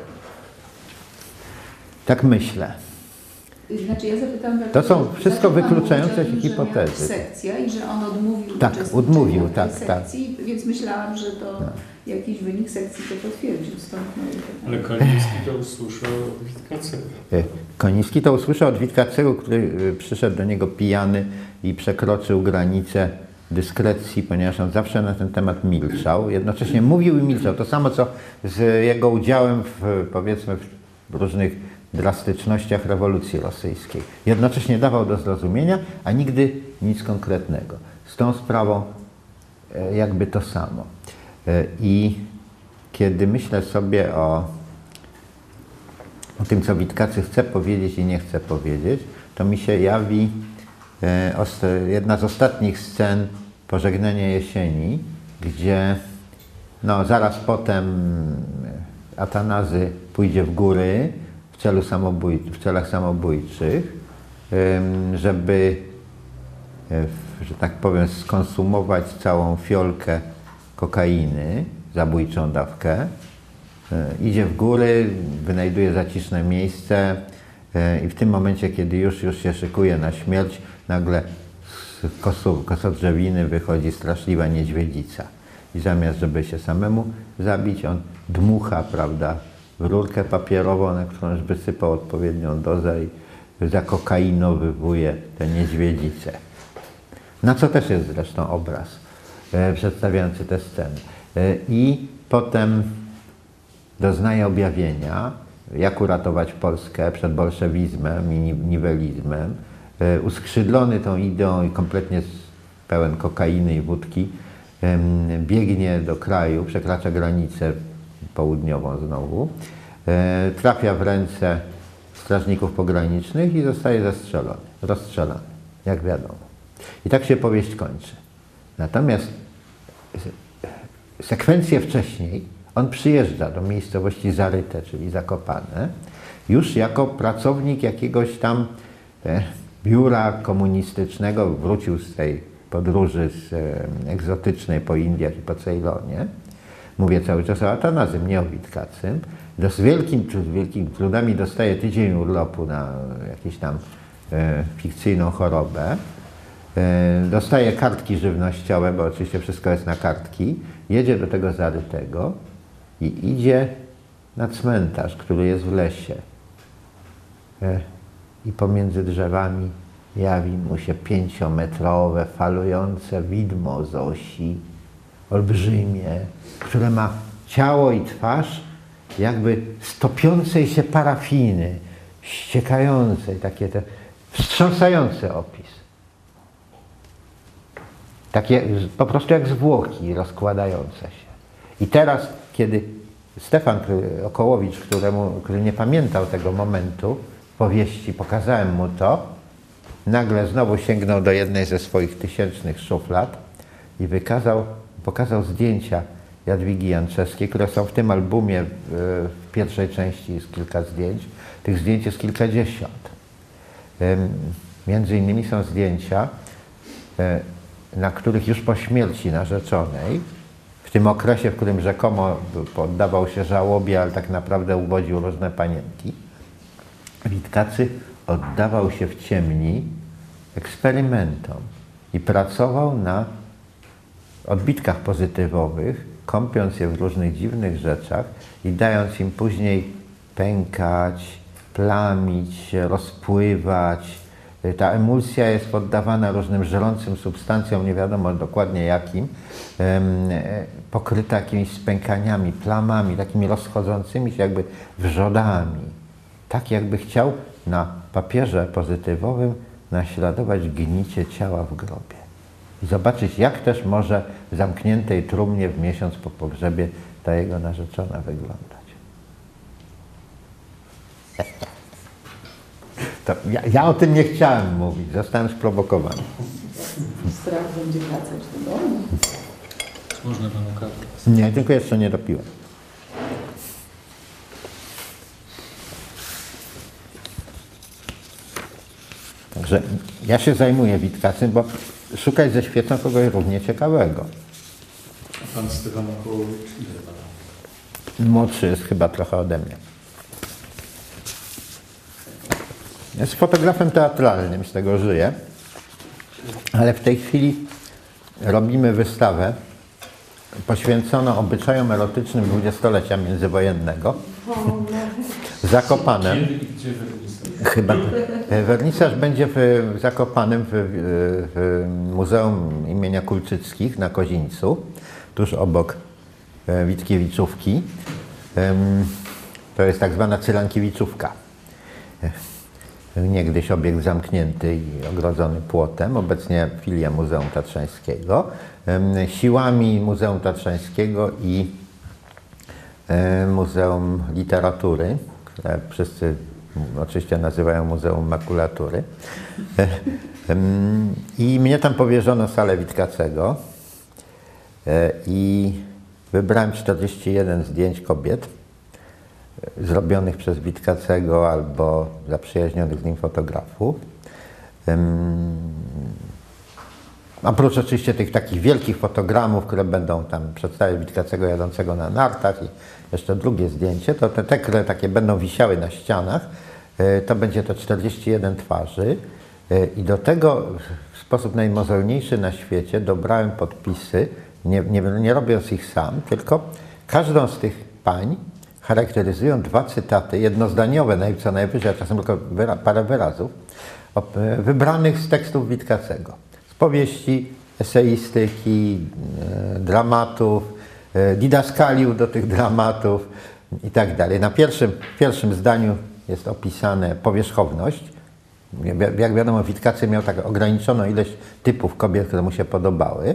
Tak myślę. Znaczy ja zapytałam, to są wszystko wykluczające się hipotezy. Sekcja i że on odmówił tak, odmówił, tej sekcji, więc myślałam, że to jakiś wynik sekcji to potwierdził. Stąd ale Koniński to usłyszał od Witkacego. Koniński to usłyszał od Witkacego, który przyszedł do niego pijany i przekroczył granicę dyskrecji, ponieważ on zawsze na ten temat milczał. Jednocześnie mówił i milczał. To samo, co z jego udziałem powiedzmy w różnych drastycznościach rewolucji rosyjskiej. Jednocześnie dawał do zrozumienia, a nigdy nic konkretnego. Z tą sprawą jakby to samo. I kiedy myślę sobie o tym, co Witkacy chce powiedzieć i nie chce powiedzieć, to mi się jawi jedna z ostatnich scen Pożegnania jesieni, gdzie zaraz potem Atanazy pójdzie w góry w celach samobójczych, żeby, że tak powiem, skonsumować całą fiolkę kokainy, zabójczą dawkę. Idzie w góry, wynajduje zaciszne miejsce i w tym momencie, kiedy już się szykuje na śmierć, nagle z kosodrzewiny wychodzi straszliwa niedźwiedzica. I zamiast, żeby się samemu zabić, on dmucha, prawda, w rurkę papierową, na którą już wysypał odpowiednią dozę i zakokainowywuje tę niedźwiedzicę. Na co też jest zresztą obraz przedstawiający tę scenę. I potem doznaje objawienia, jak uratować Polskę przed bolszewizmem i niwelizmem. Uskrzydlony tą ideą i kompletnie pełen kokainy i wódki, biegnie do kraju, przekracza granicę południową znowu, trafia w ręce strażników pogranicznych i zostaje rozstrzelony, jak wiadomo. I tak się powieść kończy. Natomiast sekwencję wcześniej on przyjeżdża do miejscowości Zaryte, czyli Zakopane, już jako pracownik jakiegoś tam biura komunistycznego, wrócił z tej podróży egzotycznej po Indiach i po Ceylonie. Mówię cały czas o Atanazym, nie o Witkacym. Z wielkimi trudami dostaje tydzień urlopu na jakąś tam fikcyjną chorobę. Dostaje kartki żywnościowe, bo oczywiście wszystko jest na kartki. Jedzie do tego Zarytego i idzie na cmentarz, który jest w lesie. I pomiędzy drzewami jawi mu się 5-metrowe, falujące widmo Zosi, olbrzymie, które ma ciało i twarz jakby z topiącej się parafiny, ściekającej, takie te wstrząsający opis. Takie po prostu jak zwłoki rozkładające się. I teraz, kiedy Stefan Okołowicz, który nie pamiętał tego momentu w powieści, pokazałem mu to, nagle znowu sięgnął do jednej ze swoich tysięcznych szuflad i pokazał zdjęcia Jadwigi Janczewskiej, które są w tym albumie. W pierwszej części jest kilka zdjęć. Tych zdjęć jest kilkadziesiąt. Między innymi są zdjęcia, na których już po śmierci narzeczonej, w tym okresie, w którym rzekomo poddawał się żałobie, ale tak naprawdę uwodził różne panienki, Witkacy oddawał się w ciemni eksperymentom i pracował na odbitkach pozytywowych, kąpiąc je w różnych dziwnych rzeczach i dając im później pękać, plamić się, rozpływać. Ta emulsja jest poddawana różnym żrącym substancjom, nie wiadomo dokładnie jakim, pokryta jakimiś spękaniami, plamami, takimi rozchodzącymi się jakby wrzodami. Tak jakby chciał na papierze pozytywowym naśladować gnicie ciała w grobie. I zobaczyć, jak też może w zamkniętej trumnie w miesiąc po pogrzebie ta jego narzeczona wyglądać. To ja o tym nie chciałem mówić, zostałem sprowokowany. Strach będzie wracać do domu. Można panu kawę? Nie, tylko jeszcze nie dopiłem. Także ja się zajmuję Witkacym, bo szukać ze świecą kogoś równie ciekawego. A pan Stefan Kołowicz ile ma? Młodszy jest chyba trochę ode mnie. Jest fotografem teatralnym, z tego żyję, ale w tej chwili robimy wystawę poświęconą obyczajom erotycznym dwudziestolecia międzywojennego. Zakopanem. Kiedy i gdzie wernisaż? Chyba wernisaż będzie w Zakopanem w Muzeum imienia Kulczyckich na Kozińcu, tuż obok Witkiewiczówki. To jest tak zwana Cyrankiewiczówka. Niegdyś obiekt zamknięty i ogrodzony płotem, obecnie filia Muzeum Tatrzańskiego. Siłami Muzeum Tatrzańskiego i Muzeum Literatury, które wszyscy oczywiście nazywają Muzeum Makulatury. I mnie tam powierzono salę Witkacego i wybrałem 41 zdjęć kobiet zrobionych przez Witkacego albo zaprzyjaźnionych z nim fotografów. Oprócz oczywiście tych takich wielkich fotogramów, które będą tam przedstawiać Witkacego jadącego na nartach i jeszcze drugie zdjęcie, to te które takie będą wisiały na ścianach, to będzie to 41 twarzy i do tego w sposób najmozolniejszy na świecie dobrałem podpisy, nie robiąc ich sam, tylko każdą z tych pań charakteryzują dwa cytaty, jednozdaniowe co najwyżej, a czasem tylko parę wyrazów, wybranych z tekstów Witkacego. Z powieści, eseistyki, dramatów, didaskaliów do tych dramatów i tak dalej. Na pierwszym zdaniu jest opisane powierzchowność. Jak wiadomo, Witkacy miał tak ograniczoną ilość typów kobiet, które mu się podobały.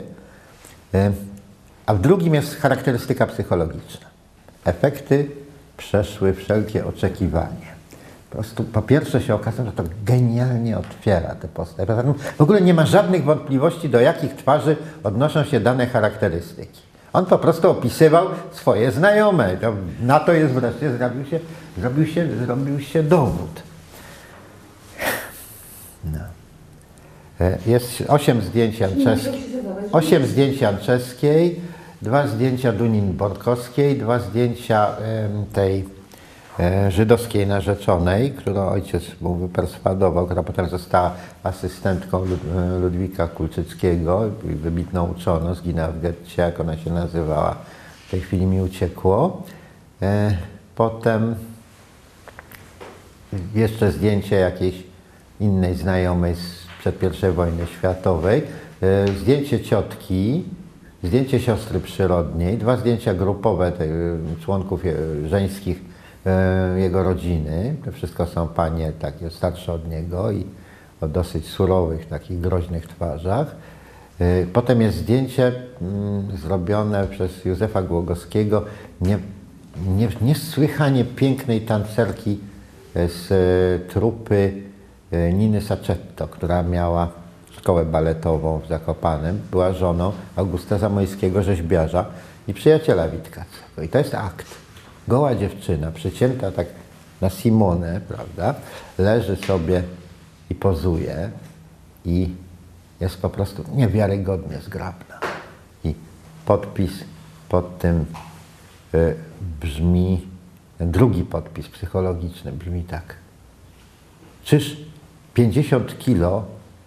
A w drugim jest charakterystyka psychologiczna. Efekty przeszły wszelkie oczekiwania. Po prostu po pierwsze się okazało, że to genialnie otwiera te postawy. W ogóle nie ma żadnych wątpliwości, do jakich twarzy odnoszą się dane charakterystyki. On po prostu opisywał swoje znajome. Na to jest wreszcie zrobił się dowód. No. Jest 8 zdjęć Janczewskiej, 2 zdjęcia Dunin-Borkowskiej, 2 zdjęcia tej żydowskiej narzeczonej, którą ojciec mu wyperswadował, która potem została asystentką Ludwika Kulczyckiego, wybitną uczoną, zginęła w getcie, jak ona się nazywała, w tej chwili mi uciekło. Potem jeszcze zdjęcie jakiejś innej znajomej sprzed I wojny światowej, zdjęcie ciotki, zdjęcie siostry przyrodniej, 2 zdjęcia grupowe członków żeńskich jego rodziny. To wszystko są panie takie starsze od niego i o dosyć surowych, takich groźnych twarzach. Potem jest zdjęcie zrobione przez Józefa Głogowskiego niesłychanie pięknej tancerki z trupy Niny Sacchetto, która miała szkołę baletową w Zakopanem, była żoną Augusta Zamojskiego, rzeźbiarza i przyjaciela Witkacego. I to jest akt. Goła dziewczyna, przycięta tak na Simonę, prawda, leży sobie i pozuje i jest po prostu niewiarygodnie zgrabna. I podpis pod tym brzmi, ten drugi podpis psychologiczny brzmi tak. Czyż 50 kilo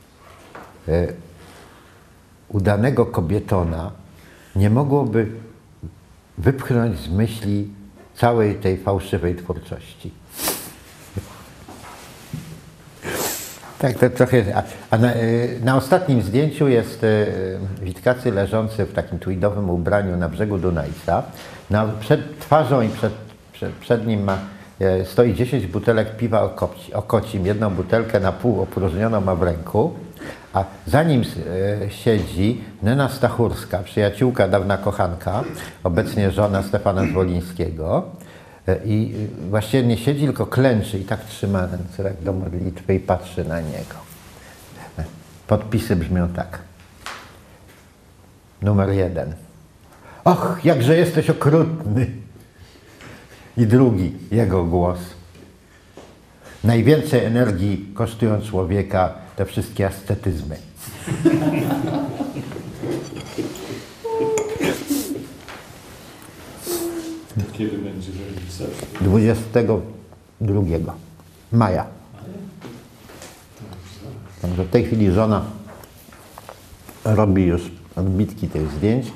udanego kobietona nie mogłoby wypchnąć z myśli całej tej fałszywej twórczości? Tak, to trochę jest. A na ostatnim zdjęciu jest Witkacy leżący w takim tweedowym ubraniu na brzegu Dunajca. Przed twarzą i przed nim stoi 10 butelek piwa Okocim. Jedną butelkę na pół opróżnioną ma w ręku, a za nim siedzi Nena Stachurska, przyjaciółka, dawna kochanka, obecnie żona Stefana Zwolińskiego. I właściwie nie siedzi, tylko klęczy i tak trzyma ręce jak do modlitwy i patrzy na niego. Podpisy brzmią tak. Numer 1. Och, jakże jesteś okrutny. I drugi, jego głos. Najwięcej energii kosztują człowieka te wszystkie ascetyzmy. Kiedy będzie realizacja? 22 maja. Także w tej chwili żona robi już odbitki tych zdjęć.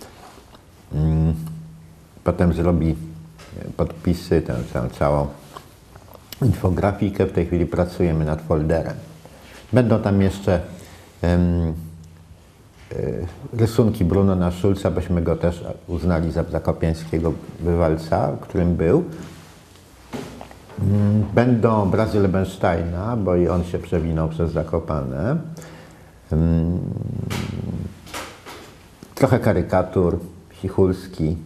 Potem zrobi podpisy, tę całą infografikę. W tej chwili pracujemy nad folderem. Będą tam jeszcze rysunki Brunona Schulza, bośmy go też uznali za zakopiańskiego bywalca, którym był. Będą obrazy Lebensteina, bo i on się przewinął przez Zakopane. Trochę karykatur, Sichulski.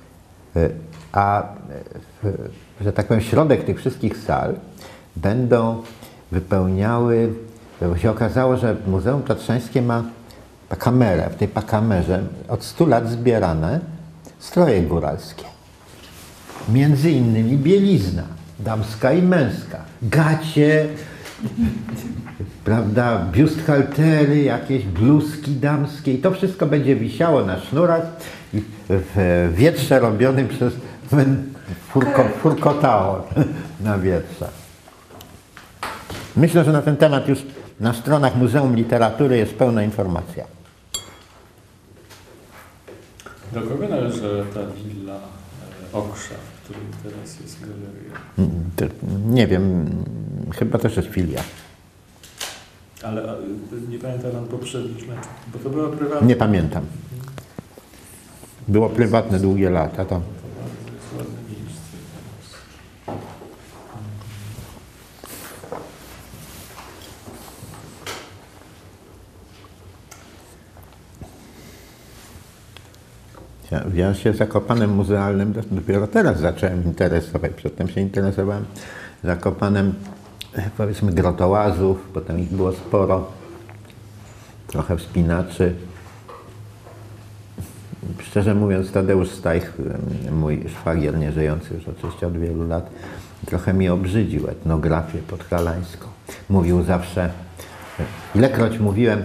A że tak powiem, środek tych wszystkich sal będą wypełniały, bo się okazało, że Muzeum Tatrzańskie ma pakamerę. W tej pakamerze od 100 lat zbierane stroje góralskie. Między innymi bielizna damska i męska, gacie, prawda, biusthaltery, jakieś bluzki damskie i to wszystko będzie wisiało na sznurach i w wietrze robionym przez furkotało na wietrze. Myślę, że na ten temat już na stronach Muzeum Literatury jest pełna informacja. Do kogo należy ta willa Oksza, w której teraz jest galeria? Nie wiem, chyba też jest filia. Ale nie pamięta pan poprzednich lat, bo to była prywatna. Nie pamiętam. Było prywatne długie lata. To... To bardzo jest ładne miejsce. Ja się Zakopanem muzealnym dopiero teraz zacząłem interesować. Przedtem się interesowałem Zakopanem, powiedzmy, grotołazów, potem ich było sporo, trochę wspinaczy. Szczerze mówiąc, Tadeusz Stajch, mój szwagier, nieżyjący już oczywiście od wielu lat, trochę mi obrzydził etnografię podhalańską. Mówił zawsze, ilekroć mówiłem,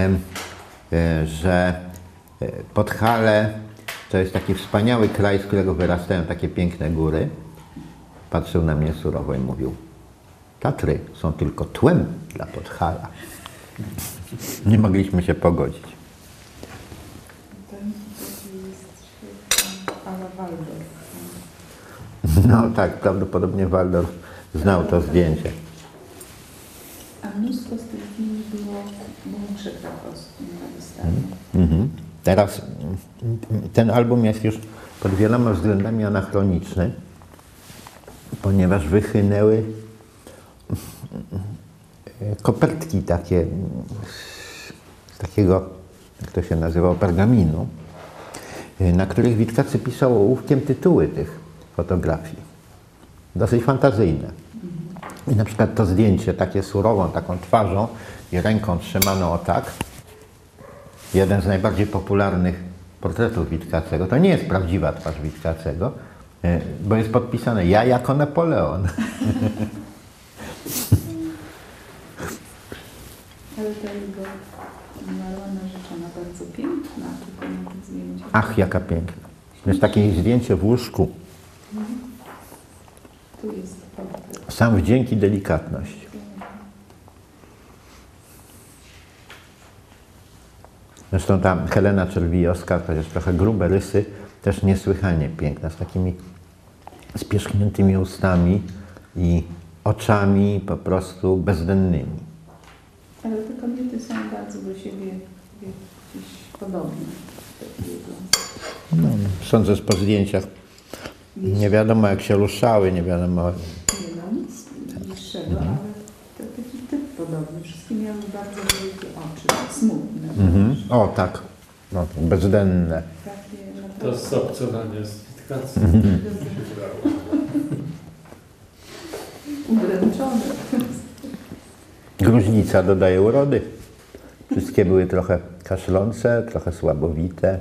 że Podhale to jest taki wspaniały kraj, z którego wyrastają takie piękne góry. Patrzył na mnie surowo i mówił, Tatry są tylko tłem dla Podhala. Nie mogliśmy się pogodzić. Ala Waldorf. No tak, prawdopodobnie Waldorf znał to zdjęcie. A mnóstwo z tych filmów było w Bunkrze Krakowskim na wystawie. Teraz ten album jest już pod wieloma względami anachroniczny, ponieważ wychynęły kopertki takie z takiego, jak to się nazywało, pergaminu, na których Witkacy pisał ołówkiem tytuły tych fotografii. Dosyć fantazyjne. I na przykład to zdjęcie takie surową, taką twarzą i ręką trzymaną o tak, jeden z najbardziej popularnych portretów Witkacego, to nie jest prawdziwa twarz Witkacego, bo jest podpisane ja jako Napoleon. Ale ta jego mała narzeczona bardzo piękna tutaj na tym zdjęciu. Ach, jaka piękna. Jest takie zdjęcie w łóżku. Tu jest portret. Sam wdzięk i delikatność. Zresztą ta Helena Czerwijowska, chociaż trochę grube rysy, też niesłychanie piękna, z takimi spierzchniętymi ustami i oczami po prostu bezdennymi. Ale te kobiety są bardzo do siebie gdzieś podobne. No, sądzę, że po zdjęciach nie wiadomo jak się ruszały, nie wiadomo. Nie ma nic bliższego, ale to taki typ podobny. Wszystkie miały bardzo wielkie oczy, smutne. O tak, no, bezdenne. Takie To naprawdę jest obcowanie z Witkacem. udręczone. Gruźlica dodaje urody. Wszystkie były trochę kaszlące, trochę słabowite.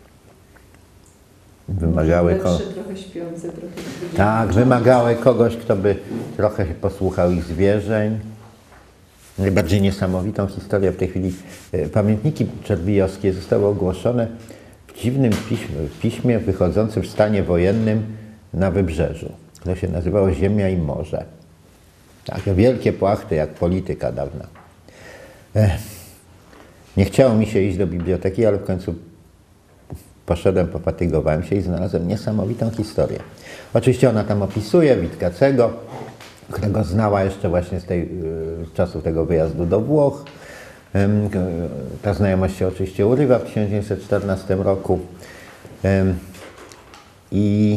Wymagały Trochę śpiące, trochę Tak, wymagały kogoś, kto by trochę posłuchał ich zwierzeń. Najbardziej niesamowitą historię w tej chwili. Pamiętniki czerwijowskie zostały ogłoszone w dziwnym piśmie wychodzącym w stanie wojennym na Wybrzeżu. To się nazywało Ziemia i Morze. Takie wielkie płachty, jak polityka dawna. Nie chciało mi się iść do biblioteki, ale w końcu poszedłem, pofatygowałem się i znalazłem niesamowitą historię. Oczywiście ona tam opisuje Witkacego, którego znała jeszcze właśnie z czasów tego wyjazdu do Włoch. Ta znajomość się oczywiście urywa w 1914 roku. I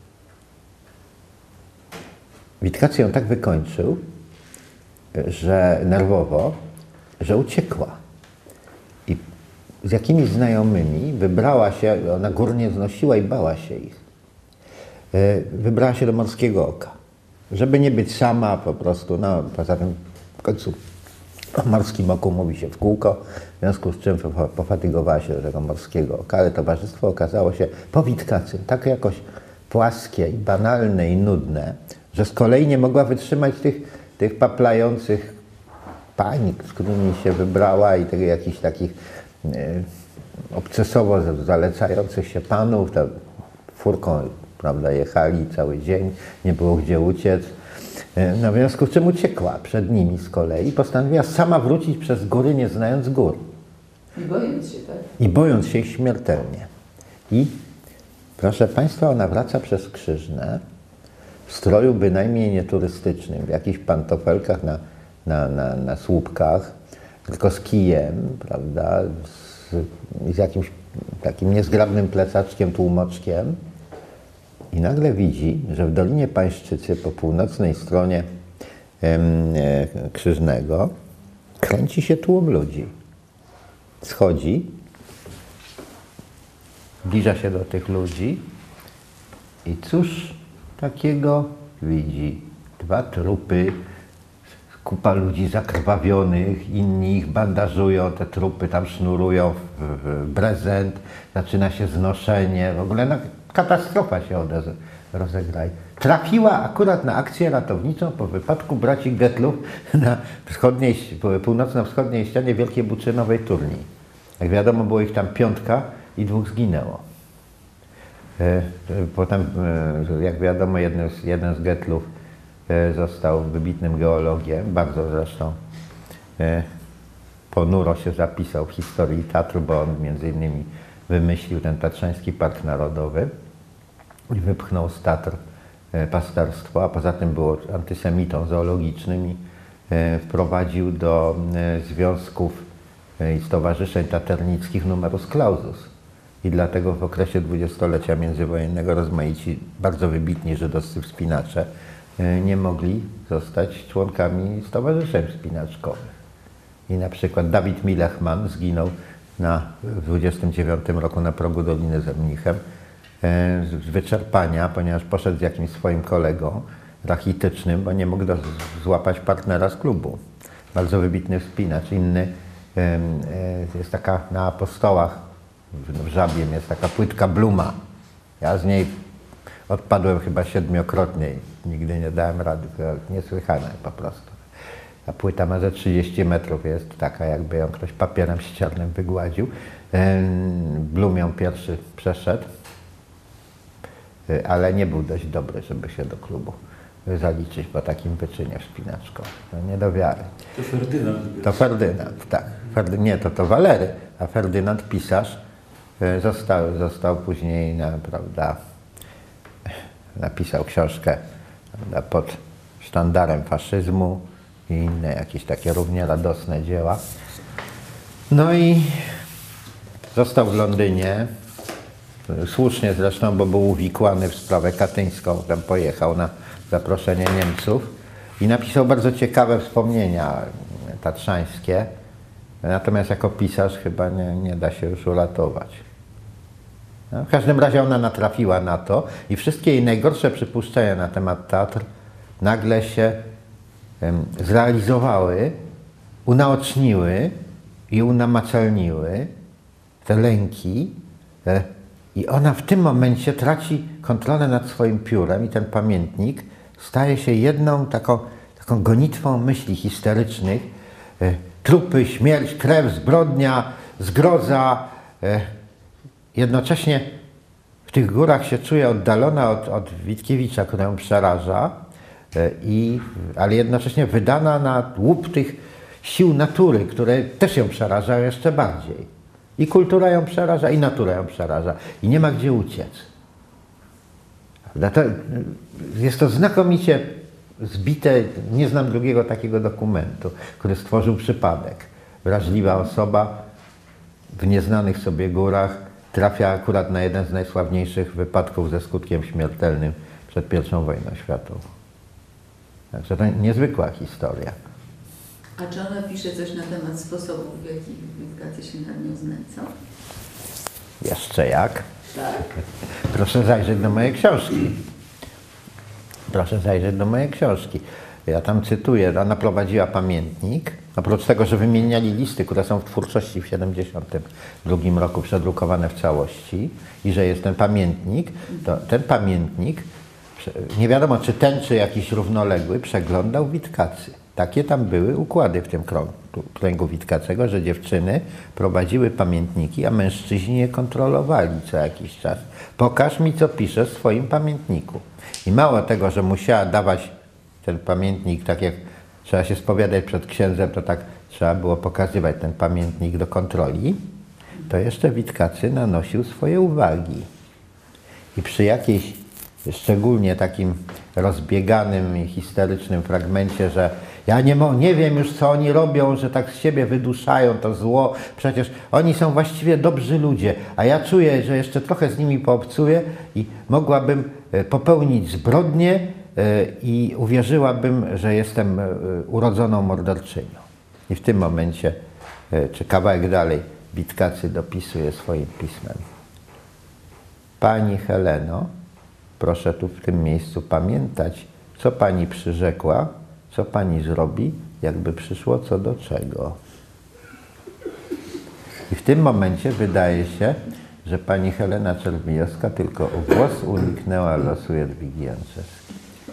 Witkacy ją tak wykończył, że nerwowo, że uciekła. I z jakimiś znajomymi wybrała się, ona górnie znosiła i bała się ich. Wybrała się do Morskiego Oka, żeby nie być sama po prostu, no poza tym w końcu o Morskim Oku mówi się w kółko, w związku z czym pofatygowała się do tego Morskiego Oka, ale towarzystwo okazało się po Witkacym tak jakoś płaskie i banalne i nudne, że z kolei nie mogła wytrzymać tych paplających pań, z którymi się wybrała i tych jakichś takich obcesowo zalecających się panów. Ta furką, prawda, jechali cały dzień, nie było gdzie uciec. No w związku z czym uciekła przed nimi z kolei i postanowiła sama wrócić przez góry, nie znając gór. I bojąc się, tak? I bojąc się ich śmiertelnie. I proszę Państwa, ona wraca przez Krzyżne w stroju bynajmniej nieturystycznym, w jakichś pantofelkach na słupkach, tylko z kijem, prawda, z jakimś takim niezgrabnym plecaczkiem, tłumoczkiem. I nagle widzi, że w Dolinie Pańszczycy po północnej stronie Krzyżnego kręci się tłum ludzi. Schodzi, zbliża się do tych ludzi i cóż takiego widzi? 2 trupy, kupa ludzi zakrwawionych, inni ich bandażują, te trupy tam sznurują w brezent, zaczyna się znoszenie, w ogóle no, katastrofa się rozegraje. Trafiła akurat na akcję ratowniczą po wypadku braci Getlów na północno-wschodniej ścianie Wielkiej Buczynowej Turni. Jak wiadomo, było ich tam 5 i 2 zginęło. Potem, jak wiadomo, jeden z Getlów został wybitnym geologiem, bardzo zresztą ponuro się zapisał w historii Tatru, bo on między innymi wymyślił ten Tatrzański Park Narodowy i wypchnął z Tatr pasterstwo, a poza tym był antysemitą zoologicznym i wprowadził do związków i stowarzyszeń taternickich numerus clausus. I dlatego w okresie dwudziestolecia międzywojennego rozmaici, bardzo wybitni żydowscy wspinacze nie mogli zostać członkami stowarzyszeń wspinaczkowych. I na przykład Dawid Milechman zginął w 29 roku na progu Doliny ze Mnichem z wyczerpania, ponieważ poszedł z jakimś swoim kolegą rachitycznym, bo nie mógł złapać partnera z klubu. Bardzo wybitny wspinacz. Inny jest taka na Apostołach w Żabiem, jest taka płytka Bluma. Ja z niej odpadłem chyba 7-krotnie i nigdy nie dałem rady. To niesłychane po prostu. Ta płyta ma ze 30 metrów, jest taka, jakby ją ktoś papierem ściernym wygładził. Blum ją pierwszy przeszedł, ale nie był dość dobry, żeby się do klubu zaliczyć po takim wyczynie wspinaczką. To nie do wiary. To Ferdynand. To Ferdynand, tak. Nie, to Walery, a Ferdynand, pisarz, został później, prawda, napisał książkę, prawda, pod sztandarem faszyzmu i inne jakieś takie równie radosne dzieła. No i został w Londynie, słusznie zresztą, bo był uwikłany w sprawę katyńską, tam pojechał na zaproszenie Niemców i napisał bardzo ciekawe wspomnienia tatrzańskie, natomiast jako pisarz chyba nie da się już uratować. No, w każdym razie ona natrafiła na to i wszystkie jej najgorsze przypuszczenia na temat Tatr nagle się zrealizowały, unaoczniły i unamacalniły te lęki i ona w tym momencie traci kontrolę nad swoim piórem i ten pamiętnik staje się jedną taką gonitwą myśli histerycznych. Trupy, śmierć, krew, zbrodnia, zgroza. Jednocześnie w tych górach się czuje oddalona od Witkiewicza, który ją przeraża, ale jednocześnie wydana na łup tych sił natury, które też ją przerażają jeszcze bardziej. I kultura ją przeraża, i natura ją przeraża. I nie ma gdzie uciec. Jest to znakomicie zbite, nie znam drugiego takiego dokumentu, który stworzył przypadek. Wrażliwa osoba w nieznanych sobie górach trafia akurat na jeden z najsławniejszych wypadków ze skutkiem śmiertelnym przed I wojną światową. Także to niezwykła historia. A czy ona pisze coś na temat sposobów, w jakich Witkacy się nad nią znęcał? Jeszcze jak? Tak. Proszę zajrzeć do mojej książki. Proszę zajrzeć do mojej książki. Ja tam cytuję, ona prowadziła pamiętnik. Oprócz tego, że wymieniali listy, które są w twórczości w 1972 roku przedrukowane w całości i że jest ten pamiętnik, to ten pamiętnik, nie wiadomo czy ten, czy jakiś równoległy, przeglądał Witkacy. Takie tam były układy w tym kręgu Witkacego, że dziewczyny prowadziły pamiętniki, a mężczyźni je kontrolowali co jakiś czas. Pokaż mi, co piszesz w swoim pamiętniku. I mało tego, że musiała dawać ten pamiętnik, tak jak trzeba się spowiadać przed księdzem, to tak trzeba było pokazywać ten pamiętnik do kontroli, to jeszcze Witkacy nanosił swoje uwagi. I przy jakiejś szczególnie takim rozbieganym i histerycznym fragmencie, że ja nie wiem już, co oni robią, że tak z siebie wyduszają to zło, przecież oni są właściwie dobrzy ludzie, a ja czuję, że jeszcze trochę z nimi poobcuję i mogłabym popełnić zbrodnię i uwierzyłabym, że jestem urodzoną morderczynią. I w tym momencie, czy kawałek dalej, Witkacy dopisuje swoim pismem. Pani Heleno, proszę tu w tym miejscu pamiętać, co pani przyrzekła, co pani zrobi, jakby przyszło co do czego. I w tym momencie wydaje się, że pani Helena Czerwijowska tylko o włos uniknęła losu Jadwigi Janczewskiej.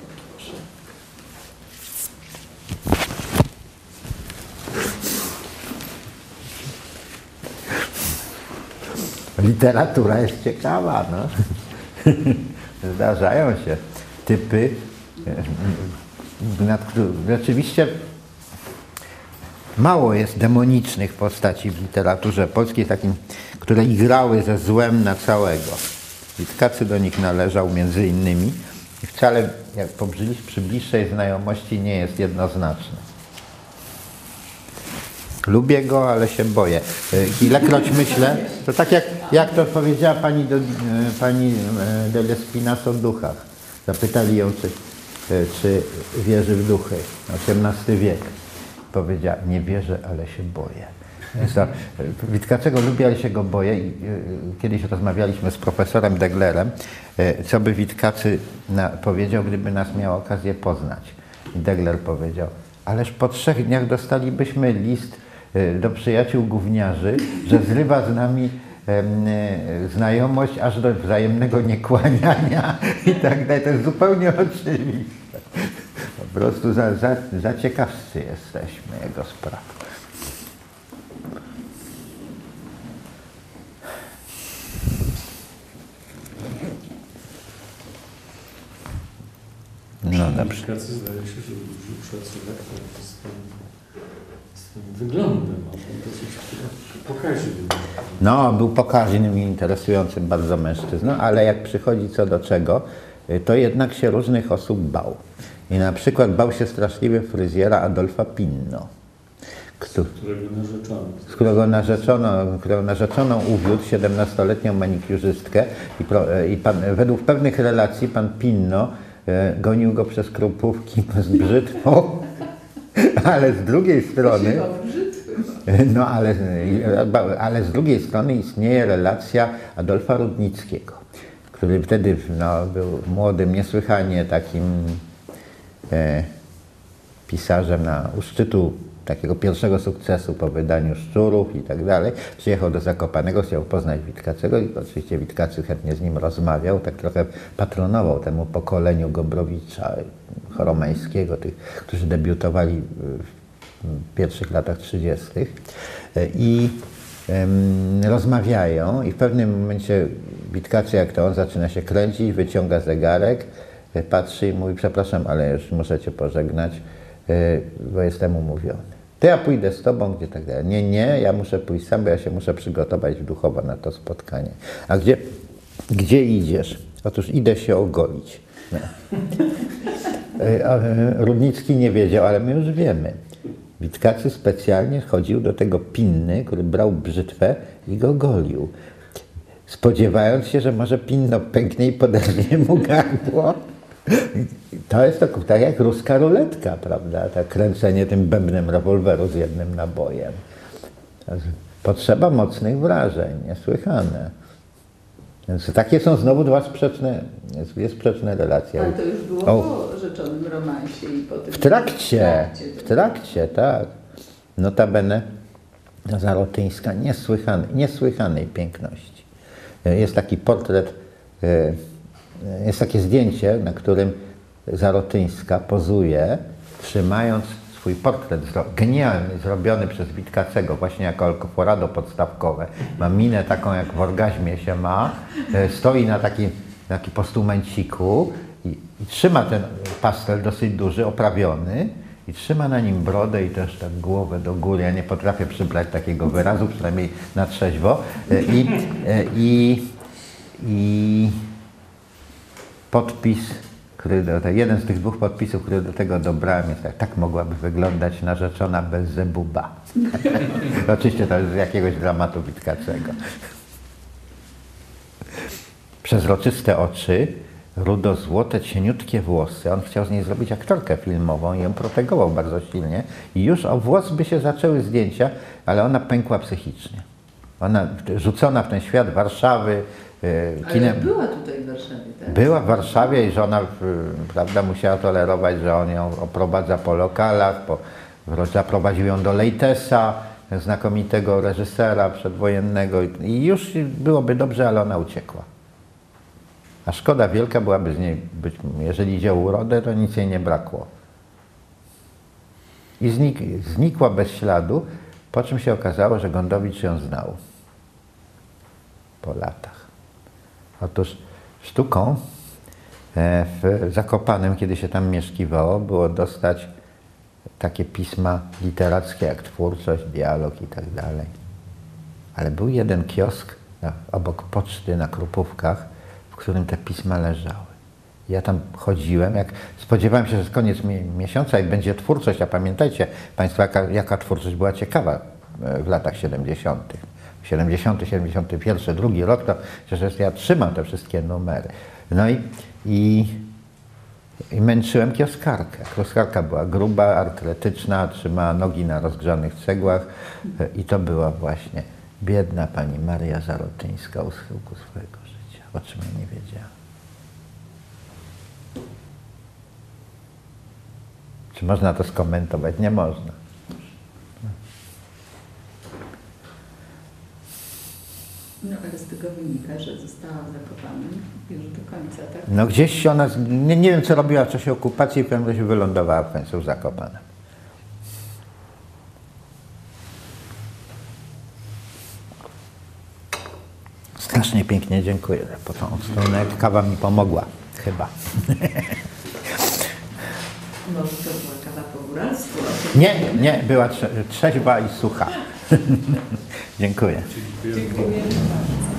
Literatura jest ciekawa, no. Zdarzają się typy, rzeczywiście mało jest demonicznych postaci w literaturze polskiej, takim, które igrały ze złem na całego. Witkacy do nich należał między innymi i wcale jak przy bliższej znajomości nie jest jednoznaczny. Lubię go, ale się boję. Ilekroć myślę, to tak jak to powiedziała pani de Lespina's o duchach. Zapytali ją, czy wierzy w duchy. XVIII wiek. Powiedziała, nie wierzę, ale się boję. Witkacego lubię, ale się go boję. Kiedyś rozmawialiśmy z profesorem Deglerem, co by Witkacy powiedział, gdyby nas miał okazję poznać. I Degler powiedział, ależ po 3 dniach dostalibyśmy list do przyjaciół gówniarzy, że zrywa z nami znajomość aż do wzajemnego niekłaniania i tak dalej. To jest zupełnie oczywiste. Po prostu za ciekawscy jesteśmy jego spraw. No dobrze. Witkacy zdaje się, że duży szacunek z tym wyglądem, a on dosyć pokaźny. No, był pokaźnym i interesującym bardzo mężczyzną, ale jak przychodzi co do czego, to jednak się różnych osób bał. I na przykład bał się straszliwie fryzjera Adolfa Pinno, którego narzeczoną uwiódł 17-letnią manikiurzystkę i według pewnych relacji pan Pinno gonił go przez Krupówki z brzytwą, ale z drugiej strony ale z drugiej strony istnieje relacja Adolfa Rudnickiego, który wtedy był młodym, niesłychanie takim pisarzem u szczytu takiego pierwszego sukcesu po wydaniu Szczurów i tak dalej. Przyjechał do Zakopanego, chciał poznać Witkacego i oczywiście Witkacy chętnie z nim rozmawiał, tak trochę patronował temu pokoleniu Gombrowicza, Choromeńskiego, tych, którzy debiutowali w pierwszych latach 30. I rozmawiają i w pewnym momencie Witkacy, jak to on, zaczyna się kręcić, wyciąga zegarek, patrzy i mówi, przepraszam, ale już muszę cię pożegnać, bo jestem umówiony. To ja pójdę z tobą, gdzie tak dalej. Nie, ja muszę pójść sam, bo ja się muszę przygotować duchowo na to spotkanie. A gdzie idziesz? Otóż idę się ogolić. No. Rudnicki nie wiedział, ale my już wiemy. Witkacy specjalnie chodził do tego Pinny, który brał brzytwę i go golił. Spodziewając się, że może Pinno pęknie i poderwie mu gardło. To jest tak jak ruska ruletka, prawda? Tak kręcenie tym bębnem rewolweru z jednym nabojem. Potrzeba mocnych wrażeń, niesłychane. Więc takie są znowu dwie sprzeczne relacje. Ale to już było po rzeczonym romansie i po tym... W trakcie, tak. Notabene Zarotyńska niesłychanej piękności. Jest taki portret, jest takie zdjęcie, na którym Zarotyńska pozuje, trzymając swój portret genialny, zrobiony przez Witkacego, właśnie jako alkoforado podstawkowe. Ma minę taką, jak w orgazmie się ma, stoi na taki postumenciku i trzyma ten pastel dosyć duży, oprawiony i trzyma na nim brodę i też tak głowę do góry. Ja nie potrafię przybrać takiego wyrazu, przynajmniej na trzeźwo. I podpis, jeden z tych 2 podpisów, które do tego dobrałem, jest tak mogłaby wyglądać narzeczona Belzebuba. Oczywiście to jest z jakiegoś dramatu Witkacego. Przezroczyste oczy, rudo-złote, cieniutkie włosy. On chciał z niej zrobić aktorkę filmową i ją protegował bardzo silnie. I już o włos by się zaczęły zdjęcia, ale ona pękła psychicznie. Ona rzucona w ten świat Warszawy, ale była tutaj w Warszawie, tak? Była w Warszawie i żona, prawda, musiała tolerować, że on ją oprowadza po lokalach, zaprowadził ją do Lejtesa, znakomitego reżysera przedwojennego i już byłoby dobrze, ale ona uciekła. A szkoda wielka byłaby z niej, jeżeli idzie o urodę, to nic jej nie brakło. I znikła bez śladu, po czym się okazało, że Gondowicz ją znał po latach. Otóż sztuką w Zakopanem, kiedy się tam mieszkiwało, było dostać takie pisma literackie jak Twórczość, Dialog i tak dalej. Ale był jeden kiosk obok poczty na Krupówkach, w którym te pisma leżały. Ja tam chodziłem, spodziewałem się, że jest koniec miesiąca i będzie twórczość, a pamiętajcie Państwo, jaka twórczość była ciekawa w latach 70. 70, 71, drugi rok, to przecież ja trzymam te wszystkie numery. No i I męczyłem kioskarkę. Kioskarka była gruba, atletyczna, trzymała nogi na rozgrzanych cegłach i to była właśnie biedna pani Maria Zarotyńska u schyłku swojego życia, o czym ja nie wiedziałam. Czy można to skomentować? Nie można. No ale z tego wynika, że została w Zakopanem już do końca, tak? No gdzieś ona, nie wiem co robiła w czasie okupacji, w pewnym razie wylądowała w końcu w Zakopanem. Strasznie pięknie dziękuję za tą stronę. Kawa mi pomogła, chyba. Może to była kawa po góralsku? Nie, była trzeźwa i sucha. Dziękuję. Dziękujemy. Dziękujemy bardzo.